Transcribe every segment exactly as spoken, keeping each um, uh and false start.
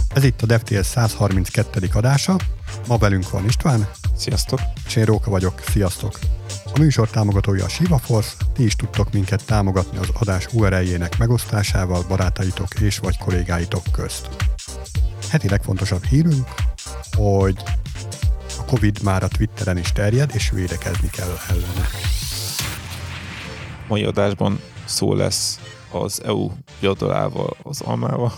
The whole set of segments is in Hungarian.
Ez itt a DevTales száz harminckettedik adása. Ma velünk van István. Sziasztok! És én Róka vagyok. Sziasztok! A műsor támogatója a Shiva Force. Ti is tudtok minket támogatni az adás u er el-jének megosztásával barátaitok és vagy kollégáitok közt. Heti legfontosabb hírünk, hogy a Covid már a Twitteren is terjed, és védekezni kell ellene. Mai adásban szó lesz az é u viadalával, az almával.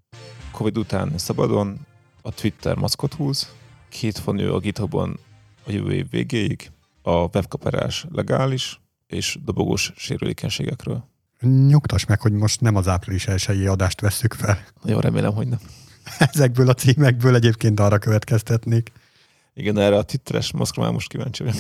Covid után szabadon a Twitter maszkot húz, két fa nő a GitHubon a jövő év végéig, a webkaparás legális, és dobogós sérülékenységekről. Nyugtass meg, hogy most nem az április elsőjei adást vesszük fel. Nagyon remélem, hogy nem. Ezekből a címekből egyébként arra következtetnék. Igen, erre a Twitteres maszkra már most kíváncsi vagyok.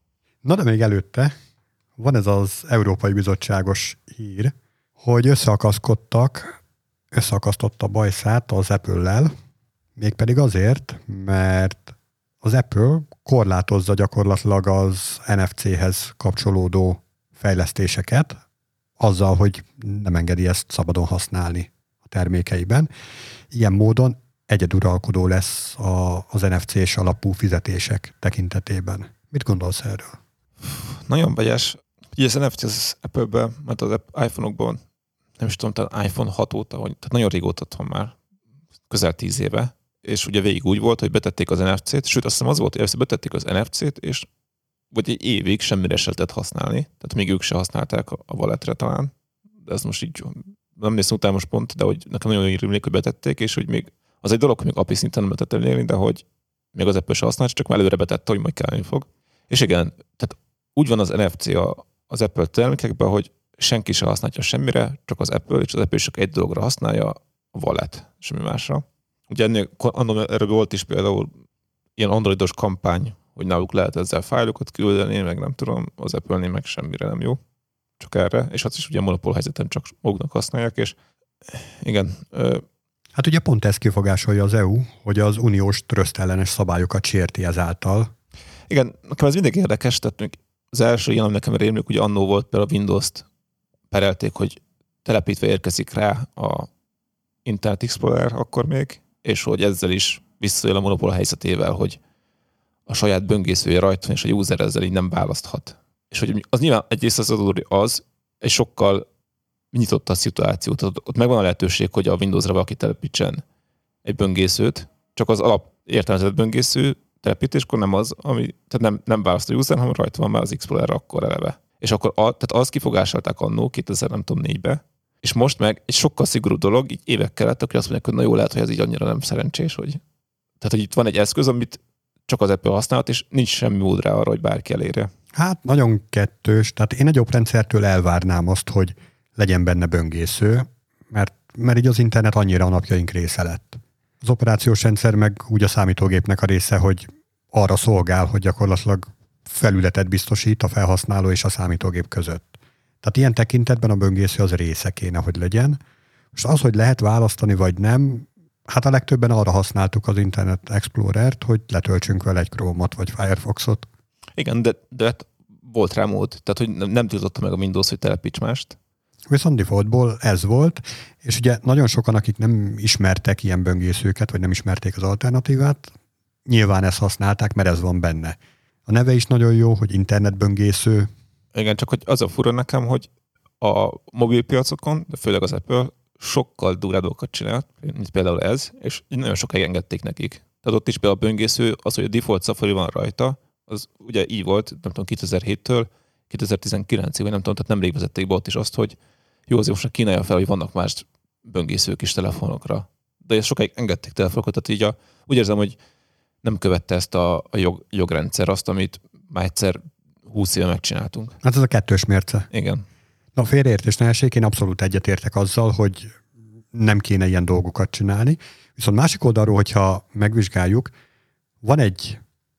Na de még előtte van ez az Európai Bizottságos hír, hogy összeakaszkodtak, összeakasztotta bajszát az Apple-lel, mégpedig azért, mert az Apple korlátozza gyakorlatilag az en ef céhez kapcsolódó fejlesztéseket, azzal, hogy nem engedi ezt szabadon használni a termékeiben. Ilyen módon egyeduralkodó lesz a, az en ef cés alapú fizetések tekintetében. Mit gondolsz erről? Nagyon vegyes. Ugye az en ef cé az Apple-ben, mert az iPhone-okban, nem is tudom, talán iPhone hat óta, vagy, tehát nagyon régóta van már, közel tíz éve, és ugye végig úgy volt, hogy betették az en ef cét, sőt azt hiszem az volt, hogy először betették az en ef cét, és vagy egy évig semmire se lehetett használni, tehát még ők se használták a walletre talán, de ez most így nem néztem utána most pont, de hogy nekem nagyon rémlik, hogy betették, és hogy még az egy dolog, hogy még á pé i szinten nem lehetett elérni, de hogy még az Apple se használt, csak már előre betette, hogy majd kelleni fog. És igen, tehát úgy van az en ef cé a, az Apple termékekben, hogy senki se használja semmire, csak az Apple, és az Apple csak egy dologra használja, a wallet, semmi másra. Ugye ennél, erről volt is például ilyen androidos kampány, hogy náluk lehet ezzel fájlokat küldeni, meg nem tudom, az Apple-nél meg semmire nem jó, csak erre, és az is ugye monopól helyzeten csak maguknak használják, és igen. Ö... Hát ugye pont ezt kifogásolja az é u, hogy az uniós trösztellenes szabályokat sérti ezáltal. Igen, nekem ez mindig érdekes, tehát az első ilyen, ami nekem rémlik, ugye annó volt például a Windows-t perelték, hogy telepítve érkezik rá a Internet Explorer akkor még, és hogy ezzel is visszaél a monopól helyzetével, hogy a saját böngészője rajta van, és a user ezzel így nem választhat. És hogy az nyilván egyrészt az adóri az, egy sokkal nyitott a szituációt. Ott megvan a lehetőség, hogy a Windowsra valaki telepítsen egy böngészőt, csak az alap értelmezett böngésző telepítéskor nem az, ami, tehát nem, nem választ a user, hanem rajta van már az Explorer akkor eleve. És akkor a, tehát azt kifogásolták annó kétezer-négybe, és most meg egy sokkal szigorúbb dolog, így évekkel lett, akkor azt mondják, hogy na jó, lehet, hogy ez így annyira nem szerencsés, hogy tehát, hogy itt van egy eszköz, amit csak az Apple használat, és nincs semmi mód rá arra, hogy bárki elérje. Hát nagyon kettős, tehát én egy oprendszertől elvárnám azt, hogy legyen benne böngésző, mert, mert így az internet annyira a napjaink része lett. Az operációs rendszer meg úgy a számítógépnek a része, hogy arra szolgál, hogy gyakorlatilag felületet biztosít a felhasználó és a számítógép között. Tehát ilyen tekintetben a böngésző az része kéne, hogy legyen. Most az, hogy lehet választani vagy nem, hát a legtöbben arra használtuk az Internet Explorer-t, hogy letöltsünk vele egy Chrome-ot vagy Firefoxot. Igen, de, de volt rá mód, tehát hogy nem, nem tiltotta meg a Windows, hogy telepíts mást. Viszont defaultból ez volt, és ugye nagyon sokan, akik nem ismertek ilyen böngészőket, vagy nem ismerték az alternatívát, nyilván ezt használták, mert ez van benne. A neve is nagyon jó, hogy internetböngésző. Igen, csak hogy az a fura nekem, hogy a mobilpiacokon, de főleg az Apple sokkal durvább dolgokat csinált, mint például ez, és nagyon sokáig engedték nekik. Tehát ott is például a böngésző, az, hogy a default Safari van rajta, az ugye így volt, nem tudom, kétezer-héttől kétezer-tizenkilencig, vagy nem tudom, tehát nemrég vezették be ott is azt, hogy jó, azért most kínálja fel, hogy vannak más böngészők is telefonokra. De ezt sokáig engedték telefonokat, tehát így a, úgy érzem, hogy nem követte ezt a, a jog, jogrendszer, azt, amit már egyszer húsz éve megcsináltunk. Hát ez a kettős mérce. Igen. Na, félreértés ne essék, én abszolút egyetértek azzal, hogy nem kéne ilyen dolgokat csinálni. Viszont másik oldalról, hogyha megvizsgáljuk, van egy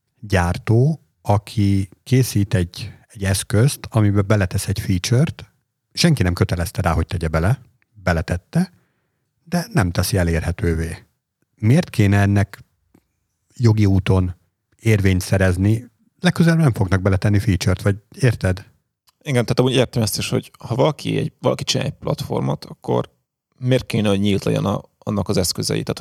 gyártó, aki készít egy, egy eszközt, amiben beletesz egy feature-t, senki nem kötelezte rá, hogy tegye bele, beletette, de nem teszi elérhetővé. Miért kéne ennek jogi úton érvényt szerezni? Legközelebb nem fognak beletenni feature-t, vagy érted? Igen, tehát úgy értem ezt is, hogy ha valaki, egy, valaki csinál egy platformot, akkor miért kéne, hogy nyílt legyen a, annak az eszközei? Tehát, hogy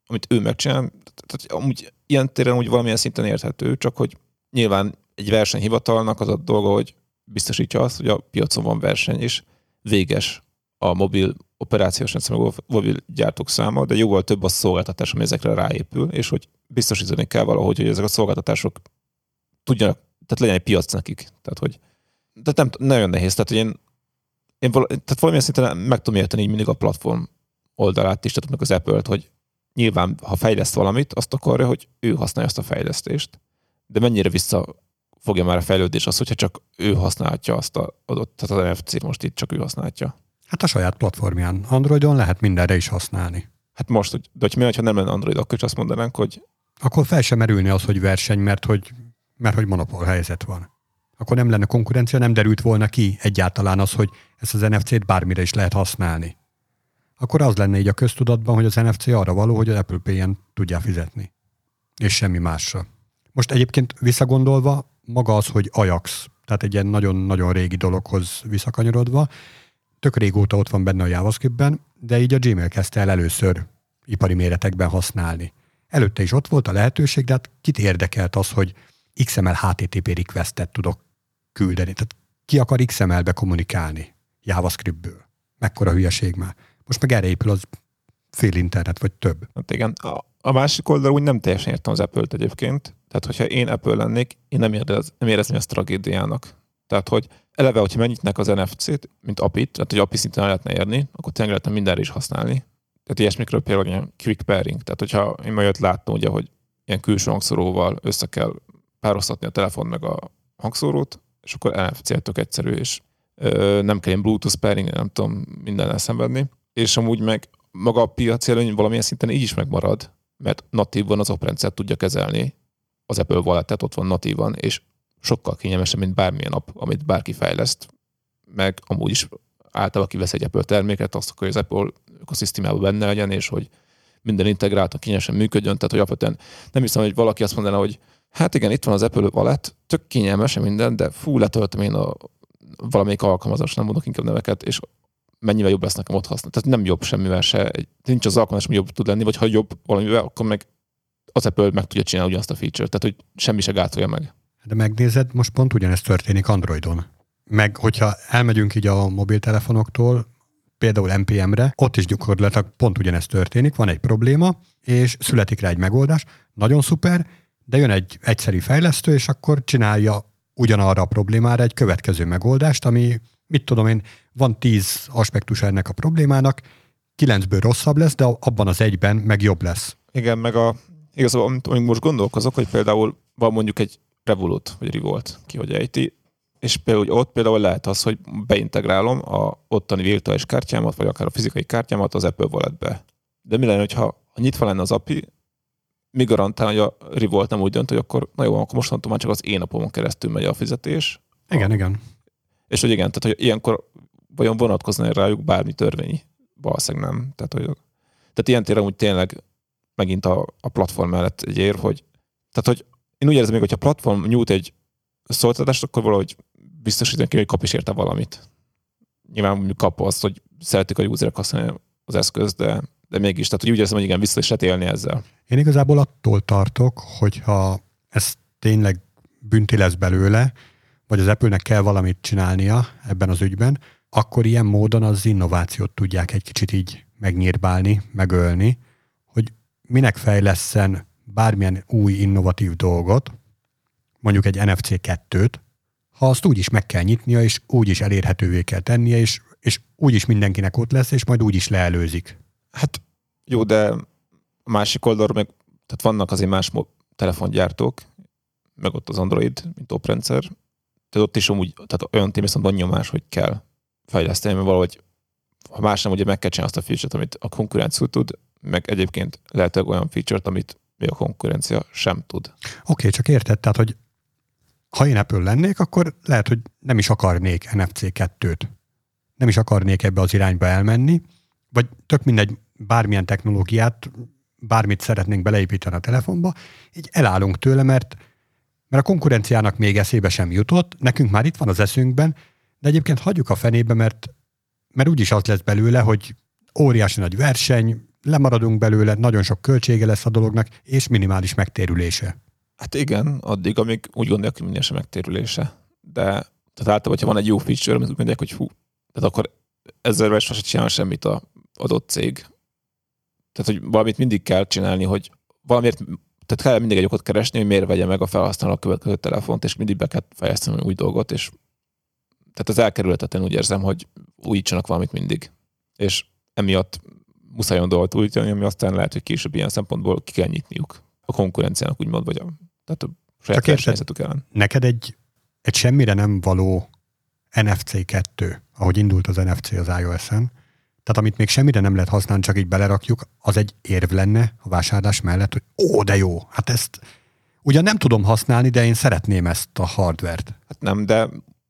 amit ő megcsinál, tehát amúgy ilyen téren úgy valamilyen szinten érthető, csak hogy nyilván egy versenyhivatalnak az a dolga, hogy biztosítja azt, hogy a piacon van verseny, és véges a mobil operációs rendszer, a mobil gyártók száma, de jóval több a szolgáltatás, ami ezekre ráépül, és hogy biztosítani kell valahogy, hogy ezek a szolgáltatások tudjanak, tehát legyen egy piac nekik. Tehát, hogy de nem, nagyon nehéz. Tehát, hogy én, én val, tehát valamilyen szinten meg tudom érteni így mindig a platform oldalát is, tehát az Apple-t, hogy nyilván, ha fejleszt valamit, azt akarja, hogy ő használja azt a fejlesztést. De mennyire vissza fogja már a fejlődés az, hogyha csak ő használhatja azt a adott, tehát az en ef cé most itt csak ő használhatja. Hát a saját platformján. Androidon lehet mindenre is használni. Hát most, hogy, de hogy mi, ha nem lenne Android, akkor is azt mondanánk, hogy... Akkor fel sem merülni az, hogy verseny, mert hogy, mert hogy monopól helyzet van. Akkor nem lenne konkurencia, nem derült volna ki egyáltalán az, hogy ezt az en ef cét bármire is lehet használni. Akkor az lenne így a köztudatban, hogy az en ef cé arra való, hogy az Apple Pay-en tudjál fizetni. És semmi másra. Most egyébként visszagondolva, maga az, hogy Ajax, tehát egy ilyen nagyon-nagyon régi dologhoz visszakanyarodva, tök régóta ott van benne a JavaScriptben, de így a Gmail kezdte el először ipari méretekben használni. Előtte is ott volt a lehetőség, de hát kit érdekelt az, hogy iksz em el há té té pé requestet tudok küldeni. Tehát ki akar iksz em el-be kommunikálni JavaScriptből? Mekkora hülyeség már. Most meg erre épül az fél internet, vagy több. Hát igen, a, a másik oldalon úgy nem teljesen értem az Apple-t egyébként. Tehát, hogyha én Apple lennék, én nem, érez, nem érezném ezt tragédiának. Tehát, hogy eleve, hogyha megnyitnák az en ef cét, mint á pé i-t, tehát, hogy á pé i szinten el lehetne érni, akkor tényleg lehetne mindenre is használni. Tehát ilyesmikről például ilyen quick pairing. Tehát, hogyha én majd jött láttam, ugye, hogy ilyen külső hangszóróval össze kell pároztatni a telefon meg a hangszórót, és akkor en ef cé tök egyszerű, és ö, nem kell ilyen Bluetooth pairing, nem tudom mindennel szenvedni. És amúgy meg maga a piaci előny valamilyen szinten így is megmarad, mert natívban az operendszert tudja kezelni, az Apple Wallet, tehát ott van natívan, és sokkal kényelmesebb, mint bármilyen app, amit bárki fejleszt, meg amúgy is általában, aki vesz egy Apple terméket, azt akarja, hogy az Apple ökoszisztémában benne legyen, és hogy minden integráltan kényelmesen működjön, tehát hogy alapvetően nem hiszem, hogy valaki azt mondaná, hogy hát igen, itt van az Apple Wallet, tök kényelmesen minden, de fú, letöltöm én a valamelyik alkalmazás, nem mondok inkább neveket, és mennyivel jobb lesz nekem ott használni. Tehát nem jobb semmivel se, nincs az alkalmazás, ami jobb tud lenni, vagy ha jobb valamivel, akkor meg az Apple meg tudja csinálni ugyanazt a feature-t, tehát hogy semmi se gátolja meg. De megnézed, most pont ugyanezt történik Androidon. Meg hogyha elmegyünk így a mobiltelefonoktól, például em pé em-re, ott is gyakorlatilag pont ugyanezt történik, van egy probléma, és születik rá egy megoldás, nagyon szuper, de jön egy egyszerű fejlesztő, és akkor csinálja ugyanarra a problémára egy következő megoldást, ami, mit tudom én, van tíz aspektus ennek a problémának, kilencből rosszabb lesz, de abban az egyben meg jobb lesz. Igen, meg a, igazából, amit most gondolkozok, hogy például van mondjuk egy Revolut, vagy Revolt, ki hogy ejti, és például ott például lehet az, hogy beintegrálom a ottani virtuális kártyámat, vagy akár a fizikai kártyámat az Apple Walletbe. De mi lenne, hogyha ha nyitva lenne az á pé i, mi garantál, hogy a Revolt nem úgy dönt, hogy akkor na jó, akkor mostantól már csak az én napomon keresztül megy a fizetés. Igen, a... igen. És hogy igen, tehát hogy ilyenkor vajon vonatkozna rájuk bármi törvényi? Valószínűleg nem. Tehát, hogy, tehát ilyen téren úgy tényleg megint a, a platform mellett egy ér, hogy tehát, hogy én úgy érzem még, hogyha a platform nyújt egy szolgáltatást, akkor valahogy biztosítani kell, hogy kap is érte valamit. Nyilván mondjuk kap azt, hogy szeretik a userek használni az eszközt, de, de mégis, tehát hogy úgy érzem, hogy igen, vissza is lehet élni ezzel. Én igazából attól tartok, hogyha ez tényleg bünti lesz belőle, vagy az Apple-nek kell valamit csinálnia ebben az ügyben, akkor ilyen módon az innovációt tudják egy kicsit így megnyírbálni, megölni, hogy minek fejlesszen bármilyen új innovatív dolgot, mondjuk egy en ef cé kettőt, ha azt úgy is meg kell nyitnia, és úgy is elérhetővé kell tennie, és, és úgy is mindenkinek ott lesz, és majd úgy is leelőzik. Hát jó, de a másik oldalról meg, tehát vannak azért más telefongyártók, meg ott az Android, mint oprendszer, tehát ott is amúgy, tehát olyan téma viszont van nyomás, hogy kell fejleszteni, mert valahogy, ha más nem, ugye meg kell csinálni azt a feature-t, amit a konkurencia tud, meg egyébként lehetőleg olyan feature-t, amit még a konkurencia sem tud. Oké, okay, csak érted, tehát, hogy ha én Apple lennék, akkor lehet, hogy nem is akarnék en ef cé kettőt. Nem is akarnék ebbe az irányba elmenni, vagy tök mindegy bármilyen technológiát, bármit szeretnénk beleépíteni a telefonba, így elállunk tőle, mert, mert a konkurenciának még eszébe sem jutott, nekünk már itt van az eszünkben, de egyébként hagyjuk a fenébe, mert, mert úgyis az lesz belőle, hogy óriási nagy verseny, lemaradunk belőle, nagyon sok költsége lesz a dolognak, és minimális megtérülése. Hát igen, addig, amíg úgy gondolják, hogy minden megtérülése. De tehát általában, hogyha van egy jó feature, amit úgy mondják, hogy hú, tehát akkor ezzel vagy se csinál semmit az adott cég. Tehát, hogy valamit mindig kell csinálni, hogy valamiért, tehát kell mindig egy okot keresni, hogy miért vegye meg a felhasználó a következő telefont, és mindig be kell fejleszteni új dolgot, és tehát az elkerülhetetlen úgy érzem, hogy újítsanak valamit mindig. És emiatt muszáj olyan dolgot újítani, ami aztán lehet, hogy később ilyen szempontból ki kell nyitniuk a konkurenciának, úgymond, vagy a, tehát a saját versenyzetük ellen. Neked egy, egy semmire nem való en ef cé kettő, ahogy indult az en ef cé az iOS-en, tehát amit még semmire nem lehet használni, csak így belerakjuk, az egy érv lenne a vásárlás mellett, hogy ó, de jó, hát ezt ugyan nem tudom használni, de én szeretném ezt a hardvert. Hát nem, de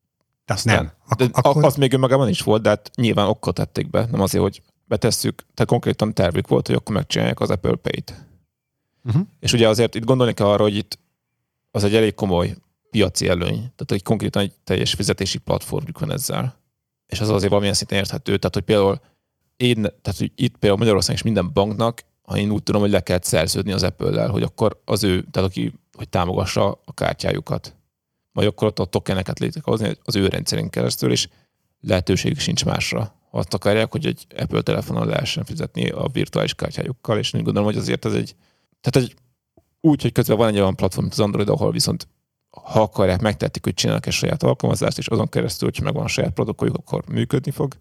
azt nem. Ak- de akkor... Az még önmagában is volt, de hát nyilván okkal tették be, nem azért, hogy betesszük, tehát konkrétan tervük volt, hogy akkor megcsinálják az Apple Pay-t. Uh-huh. És ugye azért itt gondolni kell arra, hogy itt az egy elég komoly piaci előny, tehát hogy konkrétan egy teljes fizetési platformjuk van ezzel. És az azért valamilyen szinten érthető, tehát hogy például én, tehát hogy itt például Magyarországon is minden banknak, ha én úgy tudom, hogy le kell szerződni az Apple-lel, hogy akkor az ő, tehát aki, hogy támogassa a kártyájukat. Majd akkor ott a tokeneket létrehozni az ő rendszerén keresztül, és lehetőségük sincs másra. Ha azt akarják, hogy egy Apple telefonon lehessen fizetni a virtuális kártyájukkal, és úgy gondolom, hogy azért ez egy, tehát egy úgy, hogy közben van egy olyan platform, mint az Android, ahol viszont ha akarják, megtették, hogy csinálnak egy saját alkalmazást, és azon keresztül, hogyha megvan a saját protokolljuk, akkor működni fog.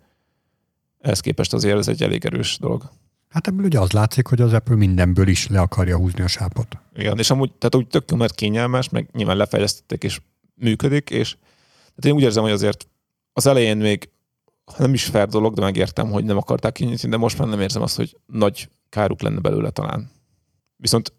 Ehhez képest azért ez egy elég erős dolog. Hát ebből ugye az látszik, hogy az Apple mindenből is le akarja húzni a sápot. Igen, és amúgy, tehát úgy tök jó, mert kényelmes, meg nyilván lefejlesztették, és működik, és tehát én úgy érzem, hogy azért az elején még nem is fair dolog, de megértem, hogy nem akarták kinyitni, de most már nem érzem azt, hogy nagy káruk lenne belőle talán. Viszont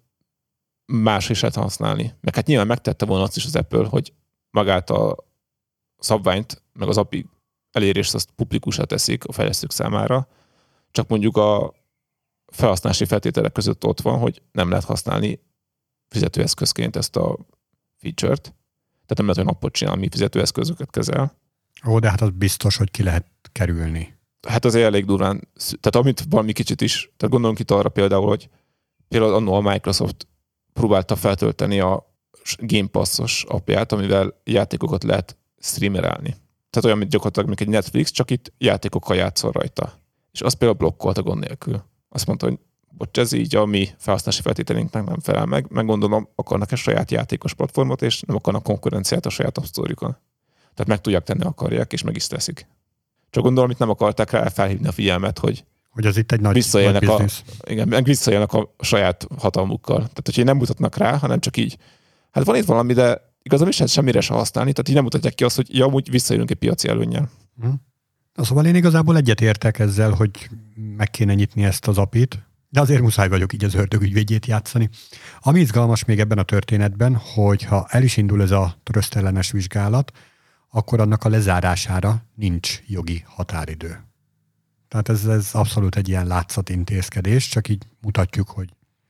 más is lehet használni. Meg hát nyilván megtette volna azt is az Apple, hogy magát a szabványt, meg az api elérést azt publikusra teszik a fejlesztők számára, csak mondjuk a felhasználási feltételek között ott van, hogy nem lehet használni fizetőeszközként ezt a feature-t. Tehát nem lehet, hogy napot csinál, ami fizetőeszközöket kezel. Ó, de hát az biztos, hogy ki lehet kerülni. Hát azért elég durván. Tehát amit valami kicsit is, tehát gondolunk itt arra például, hogy például annól a Microsoft próbálta feltölteni a Game Pass-os appját, amivel játékokat lehet streamerelni. Tehát olyan, mint gyakorlatilag, mint egy Netflix, csak itt játékokkal játszol rajta. És azt például blokkolt a gond nélkül. Azt mondta, hogy bocs, ez így a mi felhasználási feltételénknek nem felel meg, meg gondolom, akarnak egy saját játékos platformot, és nem akarnak konkurenciát a saját App Store-jukon. Tehát meg tudják tenni, akarják, és meg is teszik. Csak gondolom, itt nem akarták rá felhívni a figyelmet, hogy, hogy az itt egy nagy, visszaélnek, nagy a, igen, meg visszaélnek a saját hatalmukkal. Tehát, hogyha nem mutatnak rá, hanem csak így, hát van itt valami, de igazából is semmire se használni, tehát így nem mutatják ki azt, hogy ja, amúgy visszaélünk egy piaci előnnyel. Hmm. Szóval én igazából egyetértek ezzel, hogy meg kéne nyitni ezt az apit, de azért muszáj vagyok így az ördög ügyvédjét játszani. Ami izgalmas még ebben a történetben, hogy ha el is indul ez a trösztellenes vizsgálat, akkor annak a lezárására nincs jogi határidő. Tehát ez, ez abszolút egy ilyen látszatintézkedés, csak így mutatjuk, hogy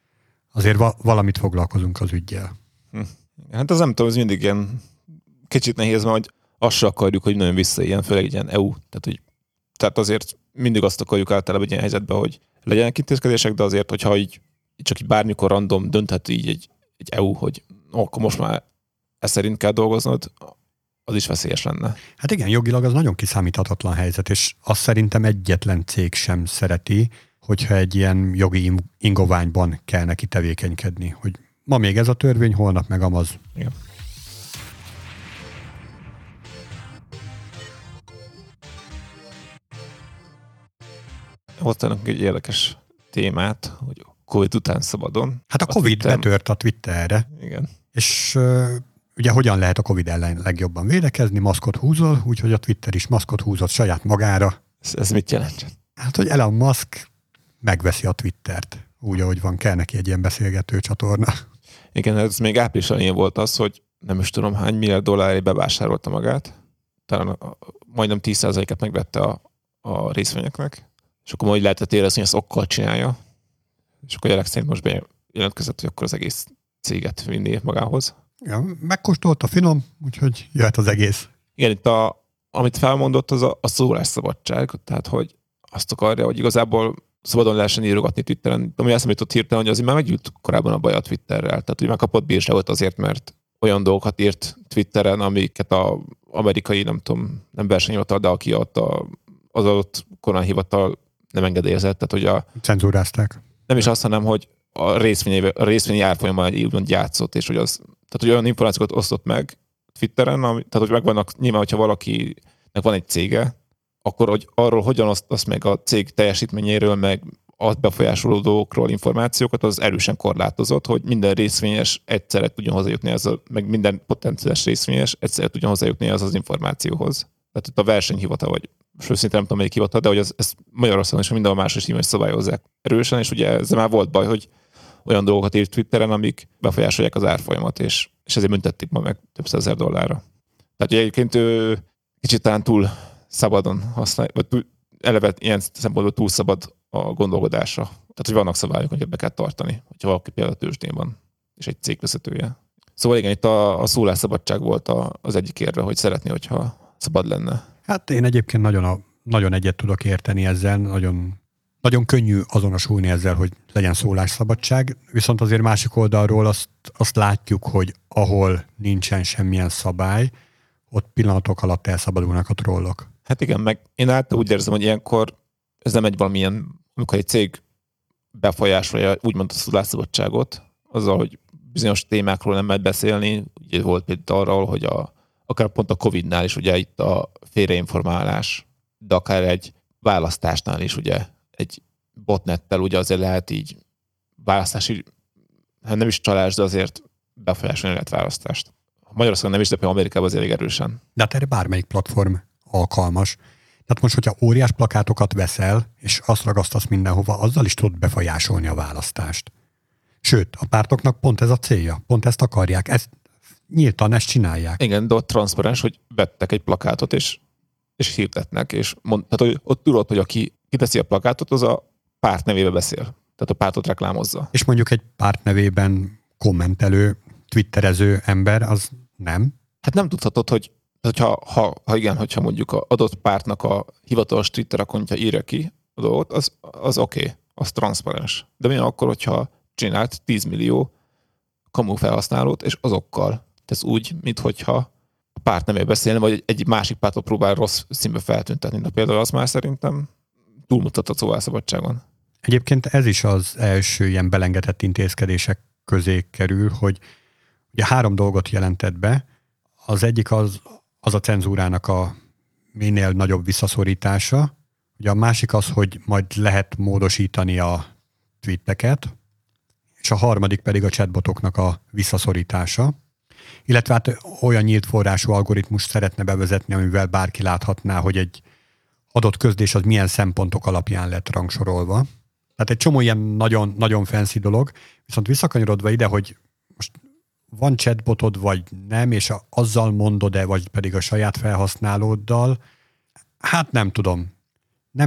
azért va- valamit foglalkozunk az üggyel. Hm. Hát az nem tudom, ez mindig ilyen kicsit nehéz, mert hogy azt se akarjuk, hogy nagyon visszaéljen, főleg egy ilyen é u. Tehát, hogy, tehát azért mindig azt akarjuk általában egy ilyen helyzetben, hogy legyenek intézkedések, de azért, hogyha így, csak így bármikor random dönthet így egy, egy é u, hogy ó, akkor most már ez szerint kell dolgoznod, az is veszélyes lenne. Hát igen, jogilag az nagyon kiszámíthatatlan helyzet, és azt szerintem egyetlen cég sem szereti, hogyha egy ilyen jogi ingoványban kell neki tevékenykedni, hogy ma még ez a törvény, holnap meg amaz. Igen. Hoztanak egy érdekes témát, hogy Covid után szabadon. Hát a, a Covid Twitter... betört a Twitterre. Igen. És uh, ugye hogyan lehet a Covid ellen legjobban védekezni? Maszkot húzol, úgyhogy a Twitter is maszkot húzott saját magára. Ez, ez mit jelent? Hát, hogy Elon Musk megveszi a Twittert. Úgy, ahogy van, kell neki egy ilyen beszélgető csatorna. Igen, ez még április elején volt az, hogy nem is tudom hány milliárd dollárért bevásárolta magát. Talán a, a, majdnem tíz százalékát megvette a, a részvényeknek. És akkor majd lehetett érezni, hogy ezt okkal csinálja. És akkor jelek szerint most bejelentkezett, hogy akkor az egész céget vinné magához. Ja, megkóstolta finom, úgyhogy jöhet az egész. Igen, itt a, amit felmondott, az a, a szólásszabadság. Tehát, hogy azt akarja, hogy igazából szabadon lehessen írogatni Twitteren. Ami eszembe jutott hirtelen, hogy azért már meggyűlt korábban a baj a Twitterrel. Tehát, hogy megkapott bírságot azért, mert olyan dolgokat írt Twitteren, amiket az amerikai, nem tudom, nem versenyhivatal, de aki ott a, az adott kormányhivatal nem engedélyezett. Tehát, hogy a... Cenzúrázták. Nem is azt, hanem, hogy a részvényi, a részvényi árfolyamban egy úgymond játszott, és hogy az, tehát, hogy olyan információkat osztott meg Twitteren, ami, tehát, hogy megvannak, nyilván, hogyha valakinek van egy cége, akkor hogy arról hogyan osztasz meg a cég teljesítményéről, meg azt befolyásoló dolgokról információkat, az erősen korlátozott, hogy minden részvényes egyszerre tudjon hozzájutni, ez a, meg minden potenciális részvényes egyszerre tudjon hozzájutni az az információhoz. Tehát itt a versenyhivatal, vagy őszintén nem tudom, melyik hivatal, de hogy ez, ez Magyarországon is mindenhol más is így szabályozzák erősen, és ugye ezzel már volt baj, hogy olyan dolgokat írt Twitteren, amik befolyásolják az árfolyamat, és, és ezért büntették ma meg több százezer dollárra. Tehát ugye egyébként ő kicsit talán túl szabadon használja, vagy túl, eleve ilyen szempontból túl szabad a gondolkodásra. Tehát, hogy vannak szabályok, hogy be kell tartani, hogyha valaki például tőzsdén van, és egy cég vezetője. Szóval igen, itt a, a szólásszabadság volt a, az egyik érve, hogy szeretné, hogyha szabad lenne. Hát én egyébként nagyon, a, nagyon egyet tudok érteni ezzel, nagyon, nagyon könnyű azonosulni ezzel, hogy legyen szólásszabadság, viszont azért másik oldalról azt, azt látjuk, hogy ahol nincsen semmilyen szabály, ott pillanatok alatt elszabadulnak a trollok. Hát igen, meg én által úgy érzem, hogy ilyenkor ez nem egy valamilyen, amikor egy cég befolyásolja úgymond a szólásszabadságot, azzal, hogy bizonyos témákról nem lehet beszélni. Ugye volt például arról, hogy a, akár pont a Covidnál is ugye itt a félreinformálás, de akár egy választásnál is ugye egy botnettel ugye azért lehet így választási, hát nem is csalás, de azért befolyásolni lehet választást. Magyarországon nem is, de például Amerikában azért elég erősen. De hát erre bármelyik platform alkalmas. Tehát most, hogyha óriás plakátokat veszel, és azt ragasztasz mindenhova, azzal is tudod befolyásolni a választást. Sőt, a pártoknak pont ez a célja, pont ezt akarják, ezt nyíltan ezt csinálják. Igen, de ott transzparens, hogy vettek egy plakátot, és, és hirdetnek, és mond, tehát, hogy ott tudod, hogy aki kiteszi a plakátot, az a párt nevébe beszél. Tehát a pártot reklámozza. És mondjuk egy párt nevében kommentelő, twitterező ember, az nem? Hát nem tudhatod, hogy hogyha, ha, ha igen, hogyha mondjuk az adott pártnak a hivatalos Twitter akontja írja ki a dolgot, az, az oké, okay, az transzparens. De mi akkor, hogyha csinált tíz millió kamu felhasználót, és azokkal tesz úgy, minthogyha a párt nevébe beszélne, vagy egy másik pártot próbál rossz színbe feltüntetni. De például az már szerintem túlmutat a szólásszabadságon. Egyébként ez is az első ilyen belengedett intézkedések közé kerül, hogy ugye három dolgot jelentett be. Az egyik az, az a cenzúrának a minél nagyobb visszaszorítása. Ugye a másik az, hogy majd lehet módosítani a tweeteket, és a harmadik pedig a chatbotoknak a visszaszorítása. Illetve hát olyan nyílt forrású algoritmust szeretne bevezetni, amivel bárki láthatná, hogy egy adott közlés az milyen szempontok alapján lett rangsorolva. Tehát egy csomó ilyen nagyon, nagyon fancy dolog, viszont visszakanyarodva ide, hogy most van chatbotod, vagy nem, és azzal mondod-e, vagy pedig a saját felhasználóddal, hát nem tudom. Nem...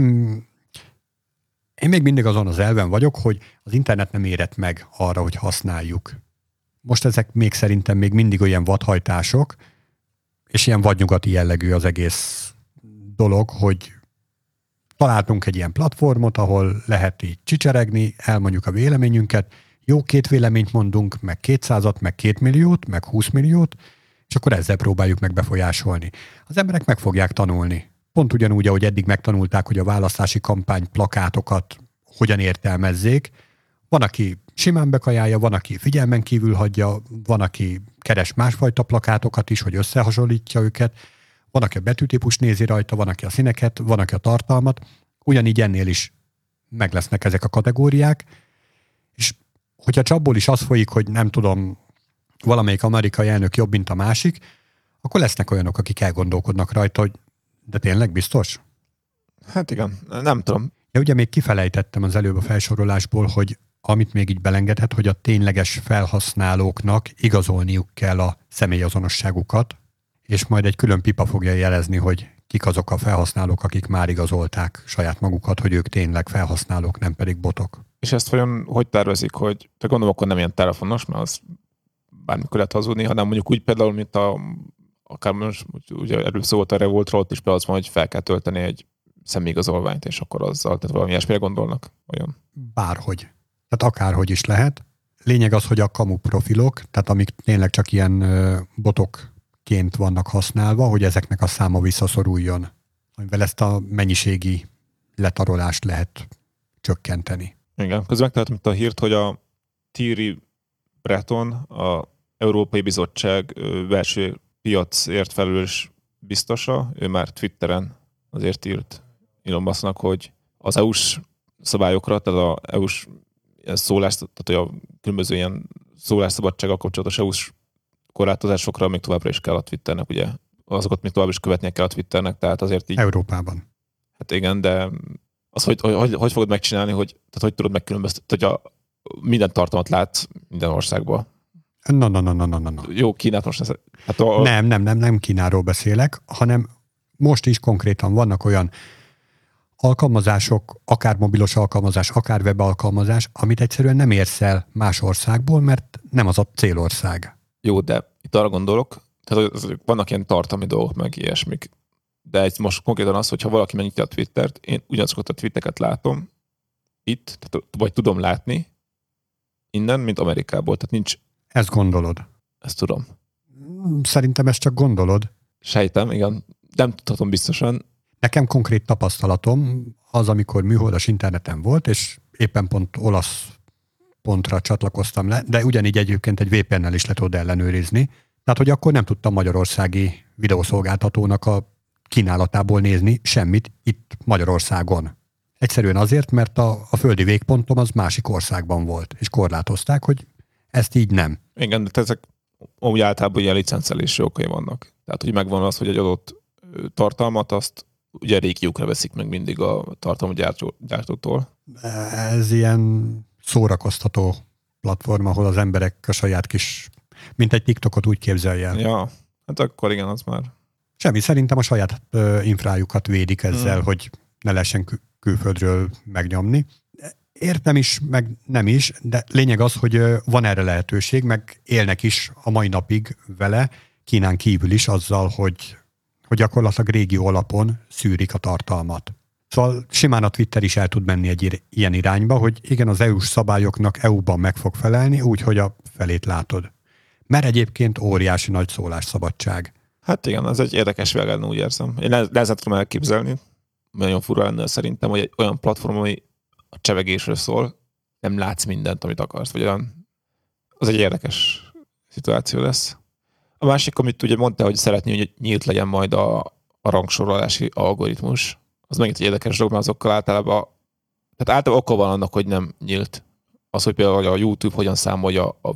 Én még mindig azon az elven vagyok, hogy az internet nem érett meg arra, hogy használjuk. Most ezek még szerintem még mindig olyan vadhajtások, és ilyen vadnyugati jellegű az egész dolog, hogy találtunk egy ilyen platformot, ahol lehet így csicseregni, elmondjuk a véleményünket, jó, két véleményt mondunk, meg kétszázat, meg két milliót, meg húsz milliót, és akkor ezzel próbáljuk meg befolyásolni. Az emberek meg fogják tanulni. Pont ugyanúgy, ahogy eddig megtanulták, hogy a választási kampány plakátokat hogyan értelmezzék. Van, aki simán bekajálja, van, aki figyelmen kívül hagyja, van, aki keres másfajta plakátokat is, hogy összehasonlítja őket, van, aki a betűtípus nézi rajta, van, aki a színeket, van, aki a tartalmat. Ugyanígy ennél is meg lesznek ezek a kategóriák, és hogyha csapból is az folyik, hogy nem tudom, valamelyik amerikai elnök jobb, mint a másik, akkor lesznek olyanok, akik elgondolkodnak rajta, hogy de tényleg biztos? Hát igen, nem tudom. Ja, ugye még kifelejtettem az előbb a felsorolásból, hogy amit még így belengedhet, hogy a tényleges felhasználóknak igazolniuk kell a személyazonosságukat, és majd egy külön pipa fogja jelezni, hogy kik azok a felhasználók, akik már igazolták saját magukat, hogy ők tényleg felhasználók, nem pedig botok. És ezt vajon hogy tervezik, hogy te gondolom, akkor nem ilyen telefonos, mert az bármikor lehet hazudni, hanem mondjuk úgy például, mint a akár most ugye előbb szó volt a Revoltról, és például az van, hogy fel kell tölteni egy személyigazolványt, és akkor azzal, tehát valami ilyesmire gondolnak? Olyan. Bárhogy. Tehát akárhogy is lehet. Lényeg az, hogy a kamu profilok, tehát amik tényleg csak ilyen botokként vannak használva, hogy ezeknek a száma visszaszoruljon, amivel ezt a mennyiségi letarolást lehet csökkenteni. Igen, közben megtaláltam itt a hírt, hogy a Thierry Breton, a Európai Bizottság belső piacért felelős biztosa, ő már Twitteren azért írt Elon Musknak, hogy az é u-s szabályokra, tehát az é u-s szólás, tehát a különböző ilyen szólásszabadsággal kapcsolatos é u-s korlátozásokra még továbbra is kell a Twitternek, ugye azokat még tovább is követnie kell a Twitternek, tehát azért így... Európában. Hát igen, de az, hogy, hogy, hogy, hogy fogod megcsinálni, hogy, tehát hogy tudod megkülönböztetni, hogy a, minden tartalmat lát minden országban. Na, na, na, na, na, na. Jó, Kínát most... Hát a... Nem, nem, nem, nem Kínáról beszélek, hanem most is konkrétan vannak olyan alkalmazások, akár mobilos alkalmazás, akár web alkalmazás, amit egyszerűen nem érsz el más országból, mert nem az a célország. Jó, de itt arra gondolok, tehát vannak ilyen tartalmi dolgok, meg ilyesmik. De ez most konkrétan az, hogyha valaki megnyitja a Twittert, én ugyanazokat a tweeteket látom itt, vagy tudom látni innen, mint Amerikából. Tehát nincs... Ezt gondolod? Ezt tudom. Szerintem ezt csak gondolod. Sejtem, igen. Nem tudhatom biztosan. Nekem konkrét tapasztalatom az, amikor műholdas interneten volt, és éppen pont olasz pontra csatlakoztam le, de ugyanígy egyébként egy vé pé en-nel is le tudod ellenőrizni. Tehát, hogy akkor nem tudtam magyarországi videószolgáltatónak a kínálatából nézni semmit itt Magyarországon. Egyszerűen azért, mert a, a földi végpontom az másik országban volt, és korlátozták, hogy ezt így nem. Igen, de ezek úgy általában ilyen licencelési okai vannak. Tehát, hogy megvan az, hogy egy adott tartalmat, azt ugye régiókra veszik meg mindig a tartalomgyártótól. Ez ilyen szórakoztató platform, ahol az emberek a saját kis, mint egy TikTokot úgy képzelje el. Ja, hát akkor igen, az már. Semmi, szerintem a saját uh, infrájukat védik ezzel, hmm. hogy ne lehessen kül- külföldről megnyomni. Értem is, meg nem is, de lényeg az, hogy uh, van erre lehetőség, meg élnek is a mai napig vele, Kínán kívül is azzal, hogy, hogy gyakorlatilag régió alapon szűrik a tartalmat. Szóval simán a Twitter is el tud menni egy ilyen irányba, hogy igen, az é u-s szabályoknak é u-ban meg fog felelni, úgyhogy a felét látod. Mert egyébként óriási nagy szólásszabadság. Hát igen, ez egy érdekes világ lenne, úgy érzem. Én nehezen tudom elképzelni, nagyon fura lenne szerintem, hogy egy olyan platform, ami a csevegésről szól, nem látsz mindent, amit akarsz. Vagy olyan, az egy érdekes szituáció lesz. A másik, amit ugye mondta, hogy szeretné, hogy nyílt legyen majd a, a rangsorolási algoritmus, az megint egy érdekes dolog, mert azokkal általában, tehát általában oka van annak, hogy nem nyílt. Az, hogy például a YouTube hogyan számolja a,